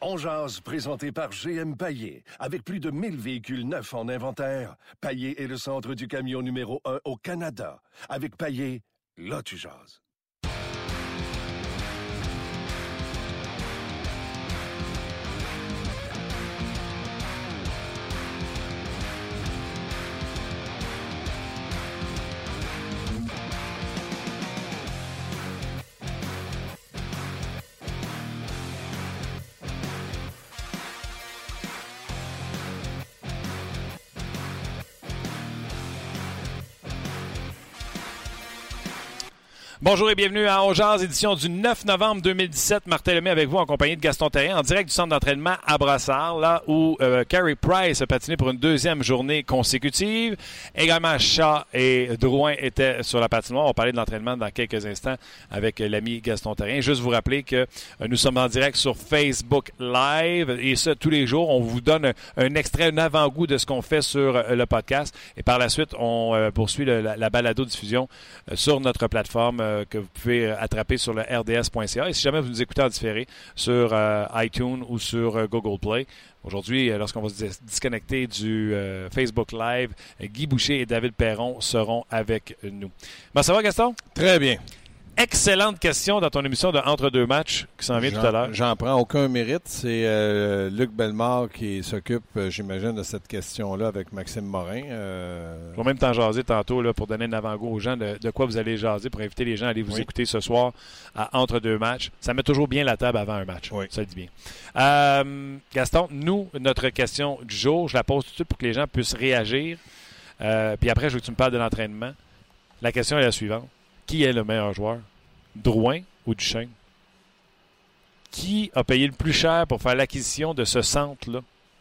On jase, présenté par GM Paillé. Avec plus de 1000 véhicules neufs en inventaire, Paillé est le centre du camion numéro 1 au Canada. Avec Paillé, là tu jases. Bonjour et bienvenue à On Jase, édition du 9 novembre 2017. Martin Lemay avec vous en compagnie de Gaston Therrien en direct du centre d'entraînement à Brassard, là où Carey Price a patiné pour une deuxième journée consécutive. Également, Shaw et Drouin étaient sur la patinoire. On va parler de l'entraînement dans quelques instants avec l'ami Gaston Therrien. Juste vous rappeler que nous sommes en direct sur Facebook Live et ça, tous les jours, on vous donne un extrait, un avant-goût de ce qu'on fait sur le podcast. Et par la suite, on poursuit la balado-diffusion sur notre plateforme que vous pouvez attraper sur le rds.ca. Et si jamais vous nous écoutez en différé sur iTunes ou sur Google Play, aujourd'hui, lorsqu'on va se disconnecter du Facebook Live, Guy Boucher et David Perron seront avec nous. Ben, ça va, Gaston? Très bien. Excellente question dans ton émission de Entre deux matchs qui s'en vient tout à l'heure. J'en prends aucun mérite. C'est Luc Bellemare qui s'occupe, j'imagine, de cette question-là avec Maxime Morin. Je vais même t'en jaser tantôt là, pour donner un avant-goût aux gens de quoi vous allez jaser, pour inviter les gens à aller vous écouter ce soir à Entre deux matchs. Ça met toujours bien la table avant un match. Oui. Ça le dit bien. Gaston, notre question du jour, je la pose tout de suite pour que les gens puissent réagir. Puis après, je veux que tu me parles de l'entraînement. La question est la suivante. Qui est le meilleur joueur? Drouin ou Duchesne? Qui a payé le plus cher pour faire l'acquisition de ce centre-là?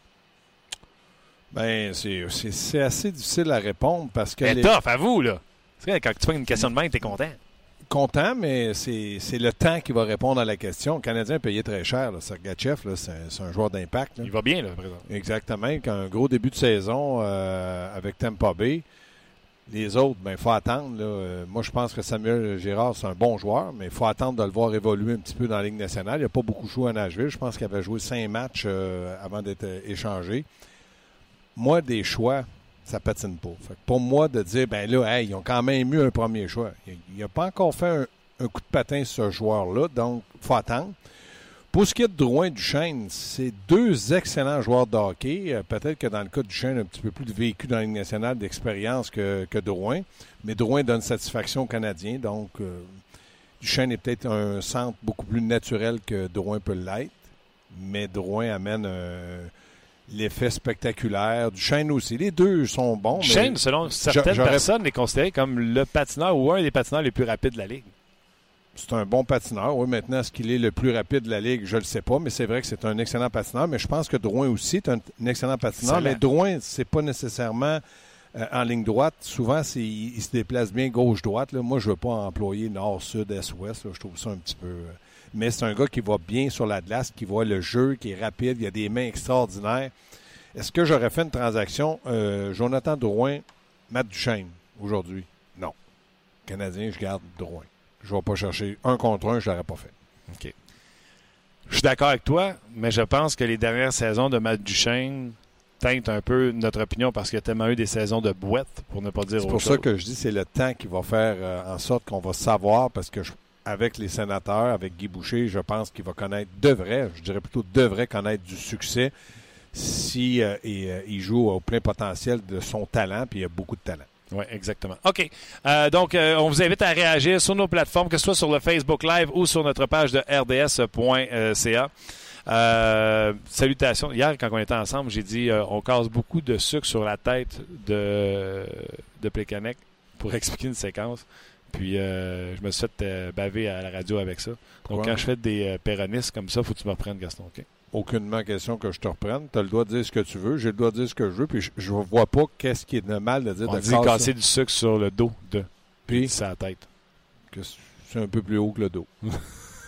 Ben, c'est assez difficile à répondre parce que... C'est tough, à vous, là. C'est vrai, quand tu fais une question de même, t'es content. Content, mais c'est le temps qui va répondre à la question. Le Canadien a payé très cher. Sergachev, là, c'est un joueur d'impact. Là. Il va bien, là, présent. Exactement. Un gros début de saison avec Tampa Bay. Les autres, il faut attendre. Là. Moi, je pense que Samuel Girard, c'est un bon joueur, mais il faut attendre de le voir évoluer un petit peu dans la Ligue nationale. Il n'a pas beaucoup joué à Nashville. Je pense qu'il avait joué 5 matchs avant d'être échangé. Moi, des choix, ça patine pas. Fait que pour moi, de dire, ils ont quand même eu un premier choix. Il n'a pas encore fait un coup de patin sur ce joueur-là, donc il faut attendre. Pour ce qui est de Drouin et Duchesne, c'est deux excellents joueurs de hockey. Peut-être que dans le cas de Duchesne, un petit peu plus de vécu dans la Ligue nationale, d'expérience que Drouin. Mais Drouin donne satisfaction aux Canadiens. Donc, Duchesne est peut-être un centre beaucoup plus naturel que Drouin peut l'être. Mais Drouin amène l'effet spectaculaire. Duchesne aussi. Les deux sont bons. Duchesne, selon certaines personnes, est considéré comme le patineur ou un des patineurs les plus rapides de la Ligue. C'est un bon patineur. Oui, maintenant, est-ce qu'il est le plus rapide de la Ligue? Je ne le sais pas, mais c'est vrai que c'est un excellent patineur. Mais je pense que Drouin aussi est un excellent patineur. Excellent. Mais Drouin, c'est pas nécessairement en ligne droite. Souvent, il se déplace bien gauche-droite. Moi, je ne veux pas employer nord, sud, est, ouest. Là. Je trouve ça un petit peu... Mais c'est un gars qui va bien sur la glace, qui voit le jeu, qui est rapide. Il a des mains extraordinaires. Est-ce que j'aurais fait une transaction Jonathan Drouin, Matt Duchesne, aujourd'hui? Non. Canadien, je garde Drouin. Je ne vais pas chercher un contre un, je ne l'aurais pas fait. OK. Je suis d'accord avec toi, mais je pense que les dernières saisons de Matt Duchesne teintent un peu notre opinion parce qu'il y a tellement eu des saisons de boîte, pour ne pas dire autre chose. C'est pour ça que je dis que c'est le temps qui va faire en sorte qu'on va savoir, parce que avec les sénateurs, avec Guy Boucher, je pense qu'il va connaître, devrait connaître du succès si il joue au plein potentiel de son talent, puis il a beaucoup de talent. Oui, exactement. OK. Donc, on vous invite à réagir sur nos plateformes, que ce soit sur le Facebook Live ou sur notre page de rds.ca. Salutations. Hier, quand on était ensemble, j'ai dit on casse beaucoup de sucre sur la tête de Plekanec pour expliquer une séquence. Puis, je me suis fait baver à la radio avec ça. Donc, quand je fais des péronistes comme ça, il faut que tu me reprennes, Gaston. OK? Aucunement question que je te reprenne. Tu as le droit de dire ce que tu veux. J'ai le droit de dire ce que je veux. Puis je ne vois pas qu'est-ce qui est de mal de dire on dit casser du sucre sur le dos de. Puis sa tête. Que c'est un peu plus haut que le dos.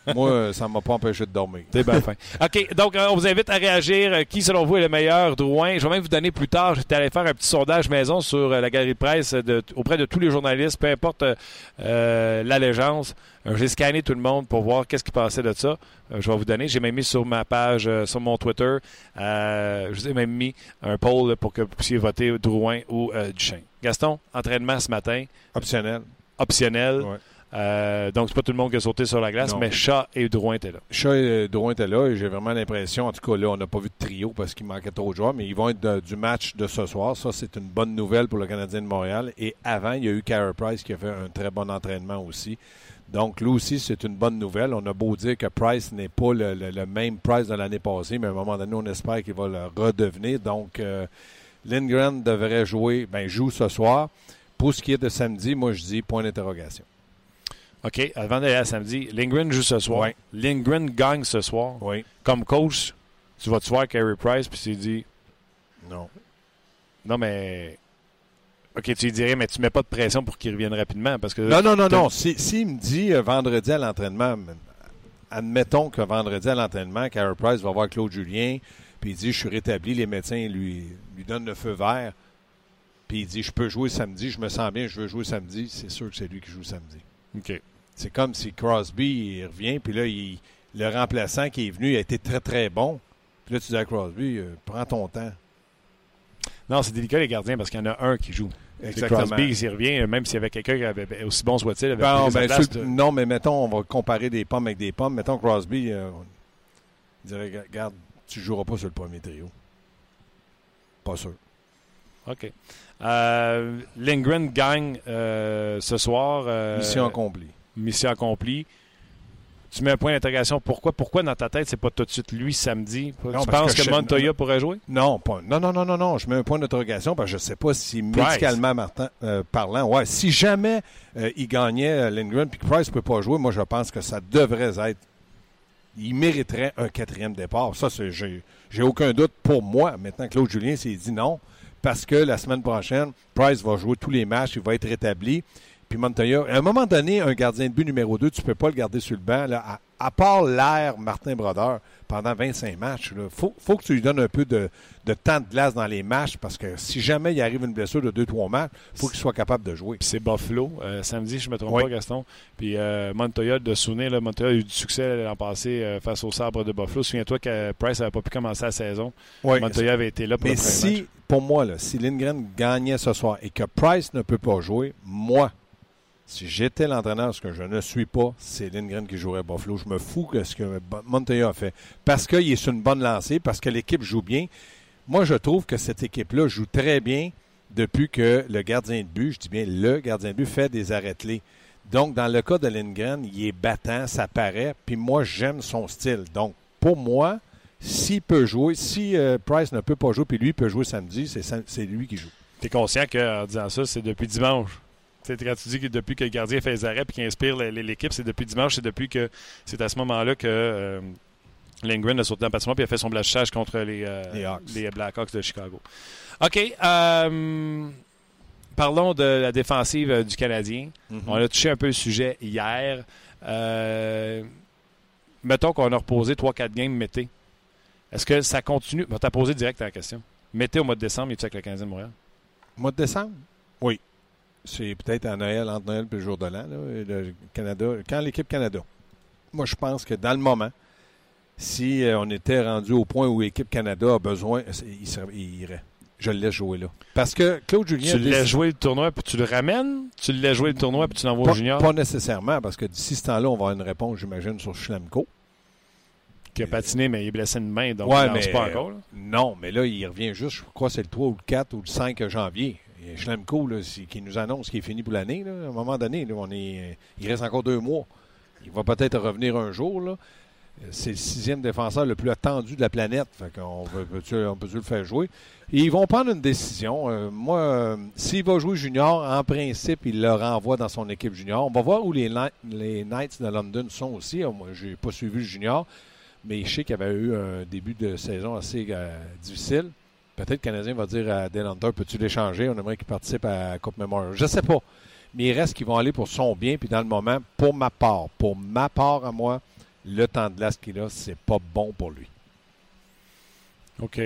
Moi, ça ne m'a pas empêché de dormir. C'est bien fin. OK, donc on vous invite à réagir. Qui, selon vous, est le meilleur, Drouin? Je vais même vous donner plus tard, j'étais allé faire un petit sondage maison sur la galerie de presse auprès de tous les journalistes, peu importe l'allégeance. J'ai scanné tout le monde pour voir qu'est-ce qui passait de ça. Je vais vous donner. J'ai même mis sur ma page, sur mon Twitter, je vous ai même mis un poll pour que vous puissiez voter Drouin ou Duchesne. Gaston, entraînement ce matin. Optionnel. Ouais. Donc, c'est pas tout le monde qui a sauté sur la glace, Non. mais Chat et Drouin étaient là. Chat et Drouin étaient là et j'ai vraiment l'impression, en tout cas là, on n'a pas vu de trio parce qu'il manquait trop de joueurs, mais ils vont être du match de ce soir. Ça, c'est une bonne nouvelle pour le Canadien de Montréal. Et avant, il y a eu Carey Price qui a fait un très bon entraînement aussi. Donc, lui aussi, c'est une bonne nouvelle. On a beau dire que Price n'est pas le même Price de l'année passée, mais à un moment donné, on espère qu'il va le redevenir. Donc, Lindgren devrait joue ce soir. Pour ce qui est de samedi, moi, je dis point d'interrogation. OK, avant d'aller à samedi, Lindgren joue ce soir. Oui. Lindgren gagne ce soir. Oui. Comme coach, tu vas-tu voir Carey Price, puis tu dis... Non. Non, mais... OK, tu lui dirais, mais tu mets pas de pression pour qu'il revienne rapidement, parce que... Non. S'il me dit vendredi à l'entraînement, admettons que vendredi à l'entraînement, Carey Price va voir Claude Julien, puis il dit, je suis rétabli, les médecins lui donnent le feu vert, puis il dit, je peux jouer samedi, je me sens bien, je veux jouer samedi, c'est sûr que c'est lui qui joue samedi. OK. C'est comme si Crosby il revient, puis là, le remplaçant qui est venu il a été très, très bon. Puis là, tu dis à Crosby, prends ton temps. Non, c'est délicat, les gardiens, parce qu'il y en a un qui joue. Exactement. Crosby, s'il revient, même s'il y avait quelqu'un qui avait aussi bon soit-il, avait Non, pris sa place non, mais mettons, on va comparer des pommes avec des pommes. Mettons Crosby, il dirait, regarde, tu ne joueras pas sur le premier trio. Pas sûr. OK. Lindgren gagne ce soir. Mission accomplie. Mission accomplie. Tu mets un point d'interrogation. Pourquoi dans ta tête, c'est pas tout de suite lui samedi? Non, tu penses que Montoya pourrait jouer? Non, non. Je mets un point d'interrogation parce que je ne sais pas si médicalement parlant, si jamais il gagnait Lindgren et que Price ne peut pas jouer, moi je pense que ça devrait être. Il mériterait un 4e départ. Ça, j'ai aucun doute pour moi. Maintenant, Claude Julien s'est dit non parce que la semaine prochaine, Price va jouer tous les matchs, il va être rétabli. Puis Montoya, à un moment donné, un gardien de but numéro 2, tu ne peux pas le garder sur le banc. Là, à part l'air Martin Brodeur, pendant 25 matchs, il faut que tu lui donnes un peu de temps de glace dans les matchs parce que si jamais il arrive une blessure de 2-3 matchs, il faut qu'il soit capable de jouer. Puis c'est Buffalo. Samedi, je ne me trompe pas, Gaston. Puis Montoya, de souvenir, Montoya a eu du succès l'an passé face au Sabre de Buffalo. Souviens-toi que Price n'avait pas pu commencer la saison. Oui, Montoya avait été là pour le premier match. Pour moi, si Lindgren gagnait ce soir et que Price ne peut pas jouer, moi, si j'étais l'entraîneur, ce que je ne suis pas, c'est Lindgren qui jouerait à Buffalo. Je me fous de ce que Montoya a fait. Parce qu'il est sur une bonne lancée, parce que l'équipe joue bien. Moi, je trouve que cette équipe-là joue très bien depuis que le gardien de but, je dis bien le gardien de but, fait des arrêts-clés. Donc, dans le cas de Lindgren, il est battant, ça paraît. Puis moi, j'aime son style. Donc, pour moi, s'il peut jouer, si Price ne peut pas jouer, puis lui peut jouer samedi, c'est lui qui joue. Tu es conscient qu'en disant ça, c'est depuis dimanche? Quand tu dis que depuis que le gardien fait les arrêts et qu'il inspire l'équipe, c'est depuis dimanche, c'est à ce moment-là que Lindgren a sauté dans le patinoire et a fait son blanchissage contre les Blackhawks de Chicago. OK. Parlons de la défensive du Canadien. Mm-hmm. On a touché un peu le sujet hier. Mettons qu'on a reposé 3-4 games Mété. Est-ce que ça continue? Tu as posé direct la question. Mété au mois de décembre, es-tu avec le Canadien de Montréal? Mois de décembre? Oui. C'est peut-être à Noël, entre Noël et le jour de l'an, le Canada. Quand l'équipe Canada. Moi, je pense que dans le moment, si on était rendu au point où l'équipe Canada a besoin, il irait. Je le laisse jouer là. Parce que Claude Julien... Tu le laisses jouer le tournoi puis tu le ramènes? Tu le laisses jouer le tournoi puis tu l'envoies au junior? Pas nécessairement, parce que d'ici ce temps-là, on va avoir une réponse, j'imagine, sur Schlemko. Qui a patiné, mais il est blessé une main, donc il ne lance pas encore. Là. Non, mais là, il revient juste, je crois que c'est le 3 ou le 4 ou le 5 janvier. Schlemko, là, qui nous annonce qu'il est fini pour l'année, là, à un moment donné, là, il reste encore 2 mois. Il va peut-être revenir un jour. Là. C'est le 6e défenseur le plus attendu de la planète. Fait qu'on peut le faire jouer. Et ils vont prendre une décision. S'il va jouer junior, en principe, il le renvoie dans son équipe junior. On va voir où les Knights de London sont aussi. Moi, je n'ai pas suivi le junior, mais je sais qu'il y avait eu un début de saison assez difficile. Peut-être que le Canadien va dire à Dale Hunter, peux-tu l'échanger? On aimerait qu'il participe à la Coupe Memorial. Je ne sais pas. Mais il reste qu'ils vont aller pour son bien. Puis dans le moment, pour ma part à moi, le temps de glace qu'il a, c'est pas bon pour lui. OK.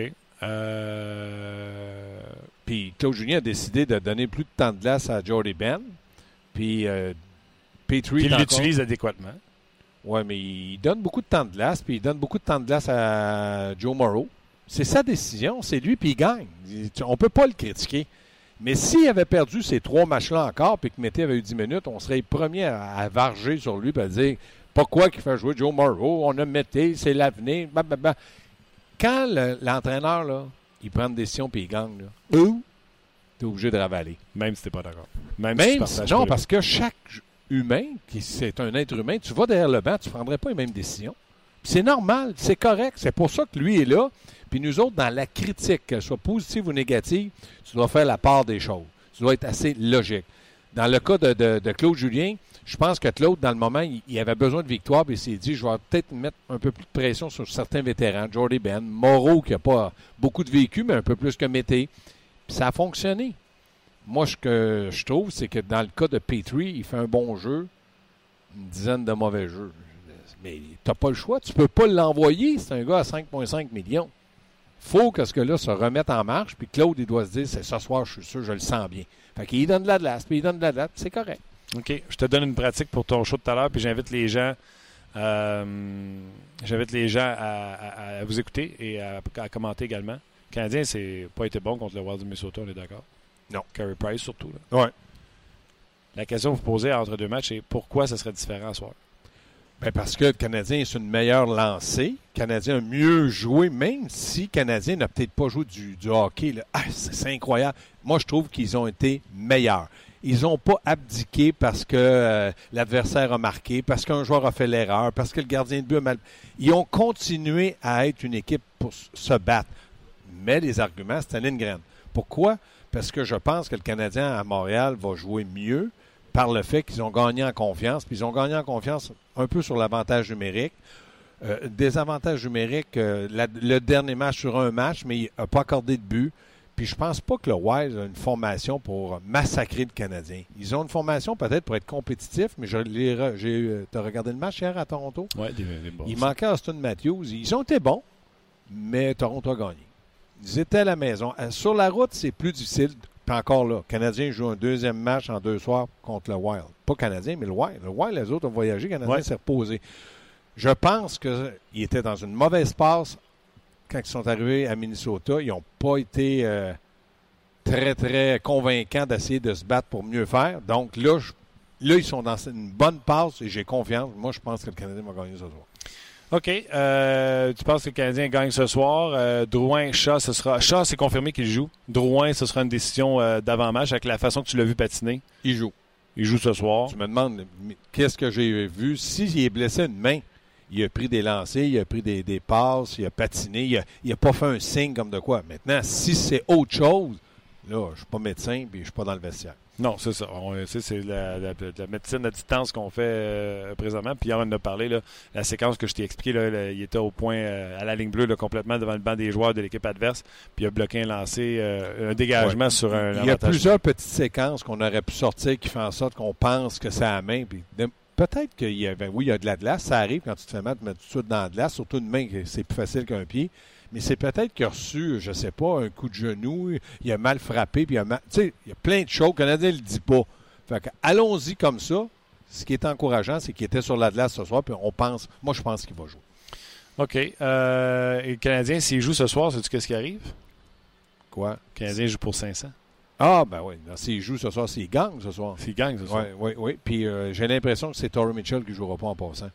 Puis Claude Julien a décidé de donner plus de temps de glace à Jordie Benn. Puis Petrie... Il l'utilise adéquatement. Oui, mais il donne beaucoup de temps de glace, puis il donne beaucoup de temps de glace à Joe Morrow. C'est sa décision, c'est lui, puis il gagne. On ne peut pas le critiquer. Mais s'il avait perdu ces 3 matchs-là encore, puis que Mété avait eu 10 minutes, on serait les premiers à varger sur lui et à dire pourquoi il fait jouer Joe Morrow, on a Mété, c'est l'avenir. Blablabla. Quand l'entraîneur, là, il prend une décision puis il gagne, tu es obligé de ravaler. Même si tu n'es pas d'accord. Même si, non, parce que chaque humain, qui c'est un être humain, tu vas derrière le banc, tu ne prendrais pas les mêmes décisions. Puis c'est normal, c'est correct. C'est pour ça que lui est là. Puis nous autres, dans la critique, qu'elle soit positive ou négative, tu dois faire la part des choses. Tu dois être assez logique. Dans le cas de Claude Julien, je pense que Claude, dans le moment, il avait besoin de victoire, puis il s'est dit, je vais peut-être mettre un peu plus de pression sur certains vétérans. Jordie Benn, Morrow, qui n'a pas beaucoup de vécu, mais un peu plus que Mété. Puis ça a fonctionné. Moi, ce que je trouve, c'est que dans le cas de Petrie, il fait un bon jeu, une dizaine de mauvais jeux. Mais tu n'as pas le choix. Tu ne peux pas l'envoyer. C'est un gars à 5,5 millions. Faut que ce gars-là se remette en marche. Puis Claude, il doit se dire, c'est ce soir, je suis sûr, je le sens bien. Fait qu'il donne de la glace, puis il donne de la glace, c'est correct. OK. Je te donne une pratique pour ton show de tout à l'heure, puis j'invite les gens à vous écouter et à commenter également. Le Canadien, c'est pas été bon contre le Wild du Minnesota, on est d'accord? Non. Carey Price, surtout. Oui. La question que vous posez entre 2 matchs, c'est pourquoi ça serait différent ce soir? Bien, parce que le Canadien est une meilleure lancée. Le Canadien a mieux joué, même si le Canadien n'a peut-être pas joué du hockey. Là. Ah, c'est incroyable. Moi, je trouve qu'ils ont été meilleurs. Ils n'ont pas abdiqué parce que l'adversaire a marqué, parce qu'un joueur a fait l'erreur, parce que le gardien de but a mal... Ils ont continué à être une équipe pour se battre. Mais les arguments, c'était Lindgren. Pourquoi? Parce que je pense que le Canadien à Montréal va jouer mieux par le fait qu'ils ont gagné en confiance. Puis ils ont gagné en confiance un peu sur l'avantage numérique. Des avantages numériques, le dernier match sur un match, mais il n'a pas accordé de but. Puis je pense pas que le Wild a une formation pour massacrer le Canadien. Ils ont une formation peut-être pour être compétitifs, mais tu as regardé le match hier à Toronto? Oui, des bons. Il manquait Austin Matthews. Ils ont été bons, mais Toronto a gagné. Ils étaient à la maison. Sur la route, c'est plus difficile. Puis encore là, le Canadien joue un deuxième match en 2 soirs contre le Wild. Pas Canadien, mais le Wild. Le Wild, les autres ont voyagé. Le Canadien s'est reposé. Je pense qu'ils étaient dans une mauvaise passe quand ils sont arrivés à Minnesota. Ils n'ont pas été très, très convaincants d'essayer de se battre pour mieux faire. Donc là, ils sont dans une bonne passe et j'ai confiance. Moi, je pense que le Canadien va gagner ce soir. OK. Tu penses que le Canadien gagne ce soir. Drouin, Shaw, ce sera... Shaw, c'est confirmé qu'il joue. Drouin, ce sera une décision d'avant-match avec la façon que tu l'as vu patiner. Il joue. Il joue ce soir. Tu me demandes, qu'est-ce que j'ai vu? S'il est blessé une main, il a pris des lancers, il a pris des passes, il a patiné, il n'a pas fait un signe comme de quoi. Maintenant, si c'est autre chose, là, je ne suis pas médecin et je ne suis pas dans le vestiaire. Non, c'est ça. C'est la médecine à distance qu'on fait présentement. Puis hier, on en a parlé, là, la séquence que je t'ai expliquée, là, il était au point à la ligne bleue là, complètement devant le banc des joueurs de l'équipe adverse. Puis il a bloqué un lancer, un dégagement sur un avantage. Il y a plusieurs petites séquences qu'on aurait pu sortir qui font en sorte qu'on pense que c'est à la main. Puis peut-être qu'il y avait, oui, il y a de la glace. Ça arrive quand tu te fais mettre tout de suite dans la glace, surtout une main, c'est plus facile qu'un pied. Mais c'est peut-être qu'il a reçu, je ne sais pas, un coup de genou, il a mal frappé, puis tu sais, il y a plein de choses. Le Canadien ne le dit pas. Fait que, allons-y comme ça. Ce qui est encourageant, c'est qu'il était sur la glace ce soir, puis moi, je pense qu'il va jouer. OK. Et le Canadien, s'il joue ce soir, sais-tu qu'est-ce qui arrive? Quoi? Le Canadien joue pour 500. Ah, ben oui. S'il joue ce soir, s'il gagne ce soir. S'il gagne ce soir. Oui. Puis j'ai l'impression que c'est Torrey Mitchell qui ne jouera pas en passant.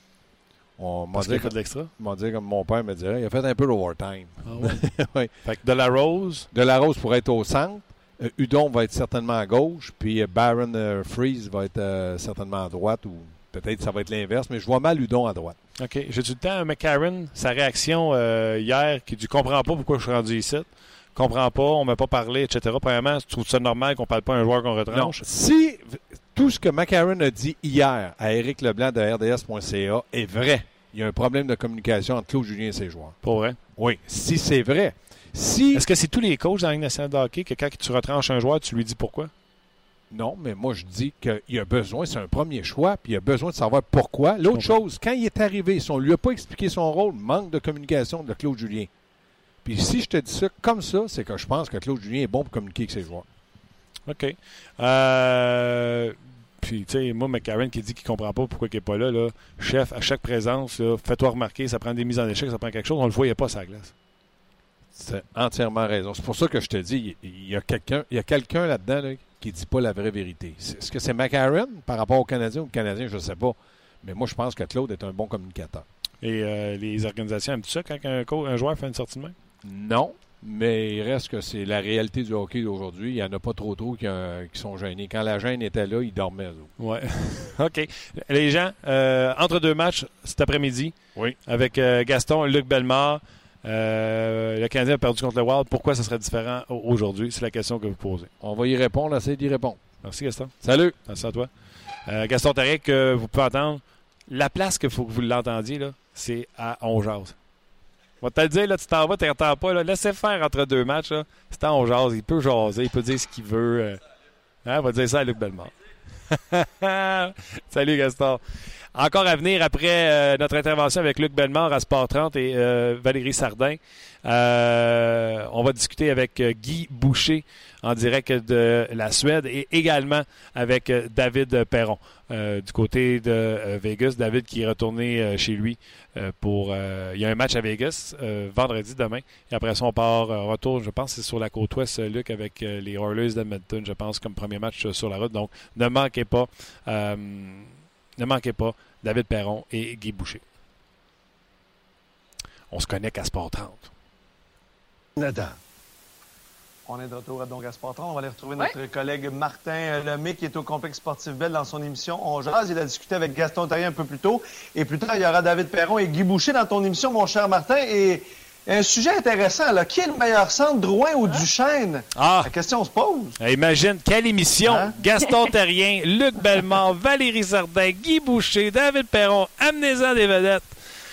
Parce qu'il a fait de l'extra? On m'a dit, comme mon père me dirait, il a fait un peu l'overtime. Ah ouais? Oui. Fait que Delarose? Delarose pourrait être au centre. Udon va être certainement à gauche. Puis Baron Freeze va être certainement à droite. Ou peut-être ça va être l'inverse. Mais je vois mal Udon à droite. OK. J'ai du temps à McCarron, sa réaction hier, qui dit « comprends pas pourquoi je suis rendu ici. Comprends pas, on m'a pas parlé, etc. » Premièrement, tu trouves ça normal qu'on parle pas à un joueur qu'on retranche? Non. Si tout ce que McCarron a dit hier à Éric Leblanc de RDS.ca est vrai, il y a un problème de communication entre Claude Julien et ses joueurs. Pas vrai? Oui. Si c'est vrai. Est-ce que c'est tous les coachs dans la Ligue nationale de hockey que quand tu retranches un joueur, tu lui dis pourquoi? Non, mais moi, je dis qu'il a besoin, c'est un premier choix, puis il a besoin de savoir pourquoi. L'autre chose, quand il est arrivé, si on ne lui a pas expliqué son rôle, manque de communication de Claude Julien. Puis si je te dis ça comme ça, c'est que je pense que Claude Julien est bon pour communiquer avec ses joueurs. OK. Puis, tu sais, moi, McCarron qui dit qu'il ne comprend pas pourquoi il n'est pas là, chef, à chaque présence, là, fais-toi remarquer, ça prend des mises en échec, ça prend quelque chose, on ne le voyait pas sur la glace. C'est entièrement raison. C'est pour ça que je te dis, il y a quelqu'un là-dedans là, qui ne dit pas la vraie vérité. Est-ce que c'est McCarron par rapport aux Canadiens ou aux Canadiens, je ne sais pas. Mais moi, je pense que Claude est un bon communicateur. Et les organisations aiment ça quand un joueur fait une sortie de main? Non, mais il reste que c'est la réalité du hockey d'aujourd'hui. Il n'y en a pas trop qui sont gênés. Quand la gêne était là, ils dormaient. Oui. OK. Les gens, entre deux matchs cet après-midi, oui, avec Gaston, Luc Bellemare, le Canadien a perdu contre le Wild. Pourquoi ça serait différent aujourd'hui? C'est la question que vous posez. On va y répondre, essayer d'y répondre. Merci, Gaston. Salut. Merci à toi. Gaston Tariq, vous pouvez entendre. La place qu'il faut que vous l'entendiez, là, c'est à On Jase. On va te le dire, là, tu t'en vas, tu n'entends pas. Là. Laissez faire entre deux matchs. Là. C'est à On Jase. Il peut jaser, il peut dire ce qu'il veut. On va dire ça à Luc Bellemare. Salut, Gaston. Encore à venir après notre intervention avec Luc Bellemare à Sport 30 et Valérie Sardin. On va discuter avec Guy Boucher en direct de la Suède et également avec David Perron du côté de Vegas. David qui est retourné chez lui pour... il y a un match à Vegas vendredi demain. Et après ça, on part retour, je pense que c'est sur la côte ouest, Luc, avec les Oilers d'Edmonton, je pense, comme premier match sur la route. Donc, ne manquez pas David Perron et Guy Boucher. On se connecte à Sport 30. Canada. On est de retour donc à Sport 30. On va aller retrouver notre collègue Martin Lemay qui est au Complexe Sportif Bell dans son émission On Jase. Il a discuté avec Gaston Tariq un peu plus tôt. Et plus tard, il y aura David Perron et Guy Boucher dans ton émission, mon cher Martin. Et un sujet intéressant, là. Qui est le meilleur centre, Drouin ou Duchesne? La question se pose. Imagine, quelle émission! Gaston Terrien, Luc Bellemare, Valérie Sardin, Guy Boucher, David Perron, amenez-en des vedettes.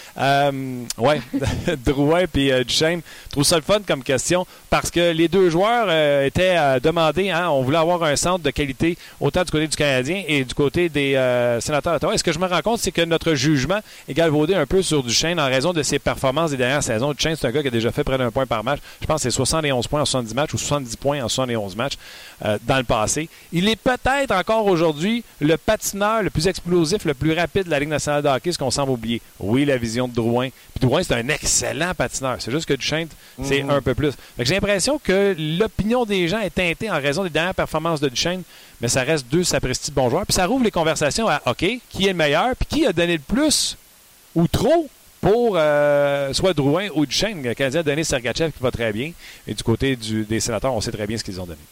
Drouin et Duchesne. Je trouve ça le fun comme question parce que les deux joueurs étaient demandés. On voulait avoir un centre de qualité autant du côté du Canadien et du côté des Sénateurs d'Ottawa. Et ce que je me rends compte, c'est que notre jugement est galvaudé un peu sur Duchesne en raison de ses performances des dernières saisons. Duchesne, c'est un gars qui a déjà fait près d'un point par match. Je pense que c'est 71 points en 70 matchs ou 70 points en 71 matchs dans le passé. Il est peut-être encore aujourd'hui le patineur le plus explosif, le plus rapide de la Ligue nationale de hockey, ce qu'on semble oublier. Oui, la vision de Drouin. Puis Drouin, c'est un excellent patineur. C'est juste que Duchesne, c'est un peu plus. Fait que j'ai l'impression que l'opinion des gens est teintée en raison des dernières performances de Duchesne, mais ça reste deux sapristi de bons joueurs. Puis ça rouvre les conversations à OK, qui est le meilleur, puis qui a donné le plus ou trop pour soit Drouin ou Duchesne. Le Canadien a donné Sergachev qui va très bien. Et du côté des Sénateurs, on sait très bien ce qu'ils ont donné.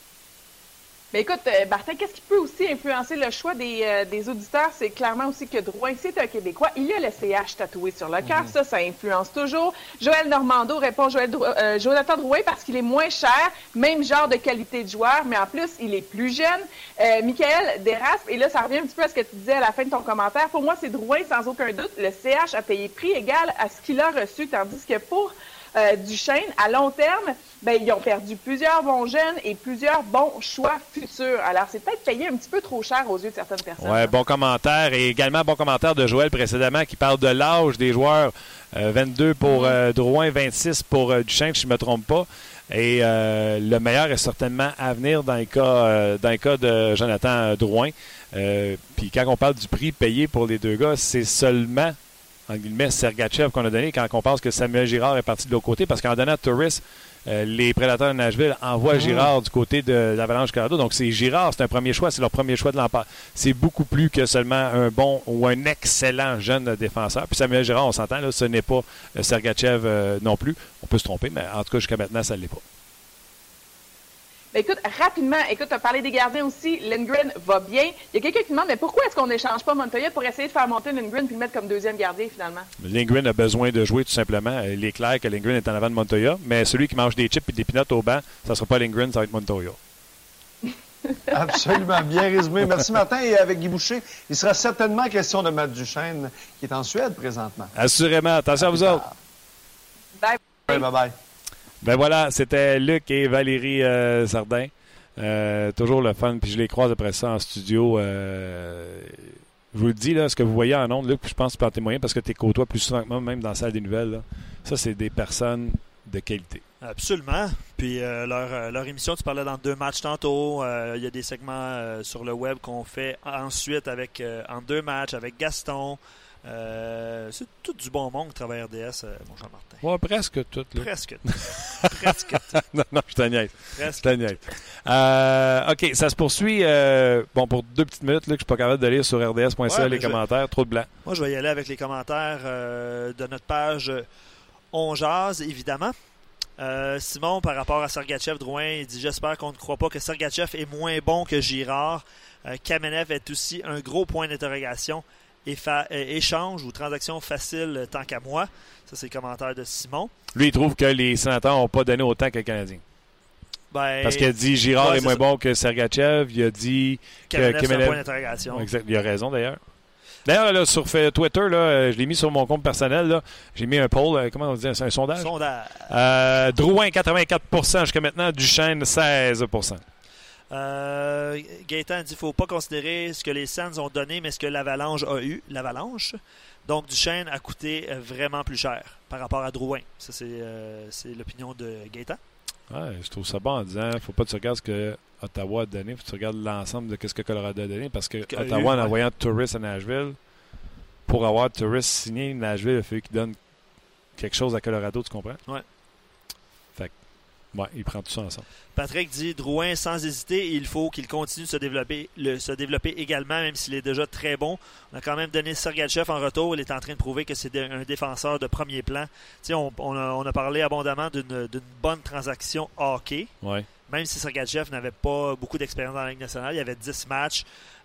Mais écoute, Martin, qu'est-ce qui peut aussi influencer le choix des auditeurs? C'est clairement aussi que Drouin, c'est un Québécois. Il y a le CH tatoué sur le cœur. Ça influence toujours. Joël Normando répond Jonathan Drouin parce qu'il est moins cher, même genre de qualité de joueur, mais en plus, il est plus jeune. Michael Deraspe, et là, ça revient un petit peu à ce que tu disais à la fin de ton commentaire. Pour moi, c'est Drouin, sans aucun doute. Le CH a payé prix égal à ce qu'il a reçu, tandis que pour Duchesne, à long terme, ils ont perdu plusieurs bons jeunes et plusieurs bons choix futurs. Alors, c'est peut-être payé un petit peu trop cher aux yeux de certaines personnes. Oui, bon commentaire. Et également, bon commentaire de Joël précédemment qui parle de l'âge des joueurs. 22 pour Drouin, 26 pour Duchesne, si je ne me trompe pas. Et le meilleur est certainement à venir dans le cas de Jonathan Drouin. Puis quand on parle du prix payé pour les deux gars, c'est seulement en guillemets, Sergachev qu'on a donné quand on pense que Samuel Girard est parti de l'autre côté, parce qu'en donnant Turris, les Prédateurs de Nashville envoient Girard du côté de l'Avalanche Colorado. Donc, c'est Girard, c'est un premier choix, c'est leur premier choix de l'empire. C'est beaucoup plus que seulement un bon ou un excellent jeune défenseur. Puis Samuel Girard, on s'entend, là, ce n'est pas Sergachev non plus. On peut se tromper, mais en tout cas, jusqu'à maintenant, ça ne l'est pas. Écoute, rapidement, tu as parlé des gardiens aussi. Lindgren va bien. Il y a quelqu'un qui demande, mais pourquoi est-ce qu'on n'échange pas Montoya pour essayer de faire monter Lindgren puis le mettre comme deuxième gardien, finalement? Lindgren a besoin de jouer, tout simplement. Il est clair que Lindgren est en avant de Montoya, mais celui qui mange des chips et des peanuts au banc, ça ne sera pas Lindgren, ça va être Montoya. Absolument, bien résumé. Merci, Martin. Et avec Guy Boucher, il sera certainement question de Matt Duchesne, qui est en Suède présentement. Assurément. Attention à vous autres. Bye. Bye-bye. Ben voilà, c'était Luc et Valérie Sardin. Toujours le fun. Puis je les croise après ça en studio. Je vous le dis, là, ce que vous voyez en ondes, Luc, je pense que tu peux en témoigner parce que tu es côtoies plus souvent que moi, même dans la salle des nouvelles. Là. Ça, c'est des personnes de qualité. Absolument. Puis leur émission, tu parlais dans 2 matchs tantôt. Il y a des segments sur le web qu'on fait ensuite avec en 2 matchs avec Gaston. C'est tout du bon monde qui travaille à RDS, mon Jean-Martin. Ouais, presque tout. Là. Presque tout. Presque tout. non, je te niaise. Presque. Je te niaise. OK, ça se poursuit. Bon, pour 2 petites minutes, là, que je suis pas capable de lire sur rds.ca les commentaires. Trop de blanc. Moi, je vais y aller avec les commentaires de notre page On Jase, évidemment. Simon, par rapport à Sergachev-Drouin, il dit « J'espère qu'on ne croit pas que Sergachev est moins bon que Girard. Kamenev est aussi un gros point d'interrogation. Échange ou transaction facile tant qu'à moi. » Ça, c'est le commentaire de Simon. Lui, il trouve que les Sénateurs n'ont pas donné autant que les Canadiens. Parce qu'il a dit Girard est moins bon que Sergachev. Il a dit Kamenev, que c'est un point d'interrogation. Exact. Il a raison, d'ailleurs. D'ailleurs, là, sur Twitter, là, je l'ai mis sur mon compte personnel. Là, j'ai mis un poll. Comment on dit? C'est un sondage? Drouin, 84 jusqu'à maintenant. Duchesne, 16 Gaétan dit qu'il ne faut pas considérer ce que les Sens ont donné, mais ce que l'Avalanche a eu. L'Avalanche. Donc, Duchesne a coûté vraiment plus cher par rapport à Drouin. Ça, c'est l'opinion de Gaétan. Ouais, je trouve ça bon en disant faut pas que tu regardes ce que Ottawa a donné, faut que tu regardes l'ensemble de ce que Colorado a donné. Parce que Ottawa, en envoyant Turris à Nashville, pour avoir Turris signé, Nashville a fallu qu'il donne quelque chose à Colorado, tu comprends? Ouais. Fait que, ouais, il prend tout ça ensemble. Patrick dit Drouin, sans hésiter, il faut qu'il continue de se développer également, même s'il est déjà très bon. On a quand même donné Sergachev en retour. Il est en train de prouver que c'est un défenseur de premier plan. On a parlé abondamment d'une bonne transaction hockey. Ouais. Même si Sergachev n'avait pas beaucoup d'expérience dans la Ligue nationale, il y avait 10 matchs.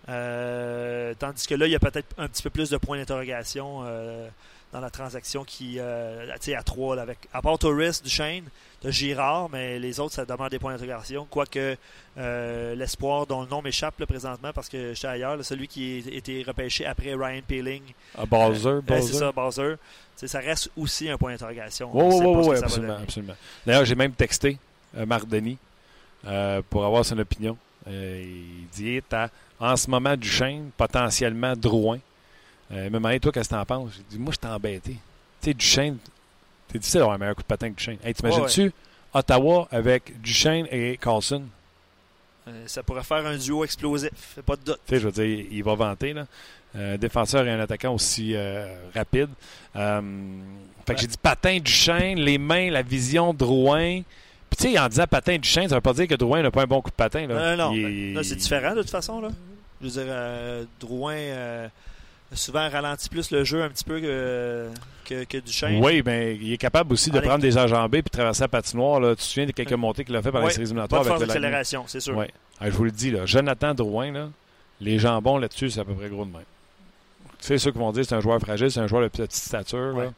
Tandis que là, il y a peut-être un petit peu plus de points d'interrogation dans la transaction qui, à 3, à part Torres, Duchesne, de Girard, mais les autres, ça demande des points d'interrogation. Quoique l'espoir dont le nom m'échappe là, présentement parce que j'étais ailleurs, là, celui qui a été repêché après Ryan Peeling. Balzer. C'est ça, Balzer. Ça reste aussi un point d'interrogation. Oui, absolument. D'ailleurs, j'ai même texté Marc Denis pour avoir son opinion. Il dit en ce moment Duchesne, potentiellement Drouin. Il m'a demandé, toi, qu'est-ce que t'en penses? J'ai dit, moi, je t'ai embêté. Tu sais, Duchesne, c'est difficile d'avoir un meilleur coup de patin que Duchesne. Hey, t'imagines-tu Ottawa avec Duchesne et Carlson? Ça pourrait faire un duo explosif, pas de doute. Tu sais, je veux dire, il va vanter, là. Un défenseur et un attaquant aussi rapide. Fait que j'ai dit patin Duchesne, les mains, la vision Drouin. Puis, tu sais, en disant patin Duchesne, ça veut pas dire que Drouin n'a pas un bon coup de patin. Là. Non, c'est différent de toute façon. Là. Je veux dire, Drouin souvent ralentit plus le jeu un petit peu que Duchesne. Oui, mais il est capable aussi de prendre des enjambées puis de traverser la patinoire. Là. Tu te souviens de quelques montées qu'il a fait pendant les séries éliminatoires avec le d'accélération, c'est sûr. Ouais. Alors, je vous le dis, là, Jonathan Drouin, là, les jambons là-dessus, c'est à peu près gros de même. Tu sais, ceux qui vont dire que c'est un joueur fragile, c'est un joueur de petite stature. Ouais. Là.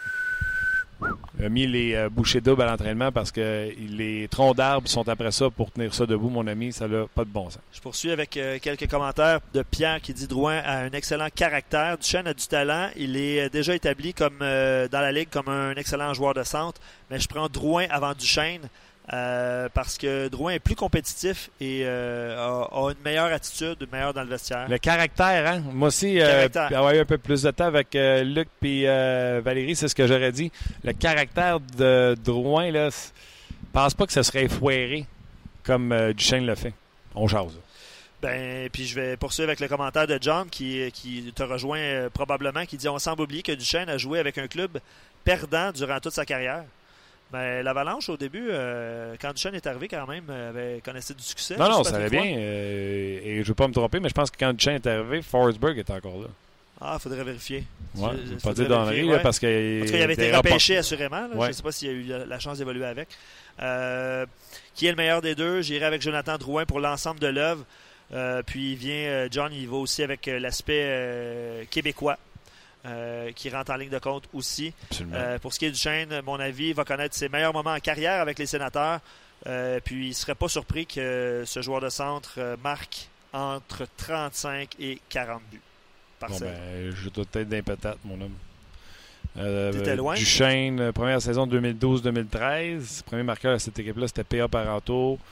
Il a mis les bouchées doubles à l'entraînement parce que les troncs d'arbres sont après ça pour tenir ça debout, mon ami. Ça n'a pas de bon sens. Je poursuis avec quelques commentaires de Pierre qui dit Drouin a un excellent caractère. Duchesne a du talent. Il est déjà établi comme dans la Ligue comme un excellent joueur de centre. Mais je prends Drouin avant Duchesne parce que Drouin est plus compétitif et a une meilleure attitude, meilleure dans le vestiaire. Le caractère, hein? Moi aussi, avoir eu un peu plus de temps avec Luc et Valérie, c'est ce que j'aurais dit. Le caractère de Drouin, là, je pense pas que ce serait foiré comme Duchesne le fait. On jase. Puis je vais poursuivre avec le commentaire de John qui te rejoint probablement, qui dit on semble oublier que Duchesne a joué avec un club perdant durant toute sa carrière. Mais l'Avalanche, au début, quand Duchesne est arrivé, quand même, connaissait du succès. Non, ça allait bien. Et je ne veux pas me tromper, mais je pense que quand Duchesne est arrivé, Forsberg était encore là. Ah, il faudrait vérifier. Ouais, pas dire d'ennerie, parce que. En tout cas, il avait été repêché, assurément. Là. Ouais. Je ne sais pas s'il a eu la chance d'évoluer avec. Qui est le meilleur des deux? J'irai avec Jonathan Drouin pour l'ensemble de l'œuvre. Puis John, il va aussi avec l'aspect québécois. Qui rentre en ligne de compte aussi. Pour ce qui est du Duchesne, à mon avis, il va connaître ses meilleurs moments en carrière avec les Sénateurs. Puis il ne serait pas surpris que ce joueur de centre marque entre 35 et 40 buts par saison. Je dois être d'impétate, mon homme. T'étais loin? Duchesne, première saison 2012-2013. Premier marqueur à cette équipe-là, c'était P.A. Parenteau.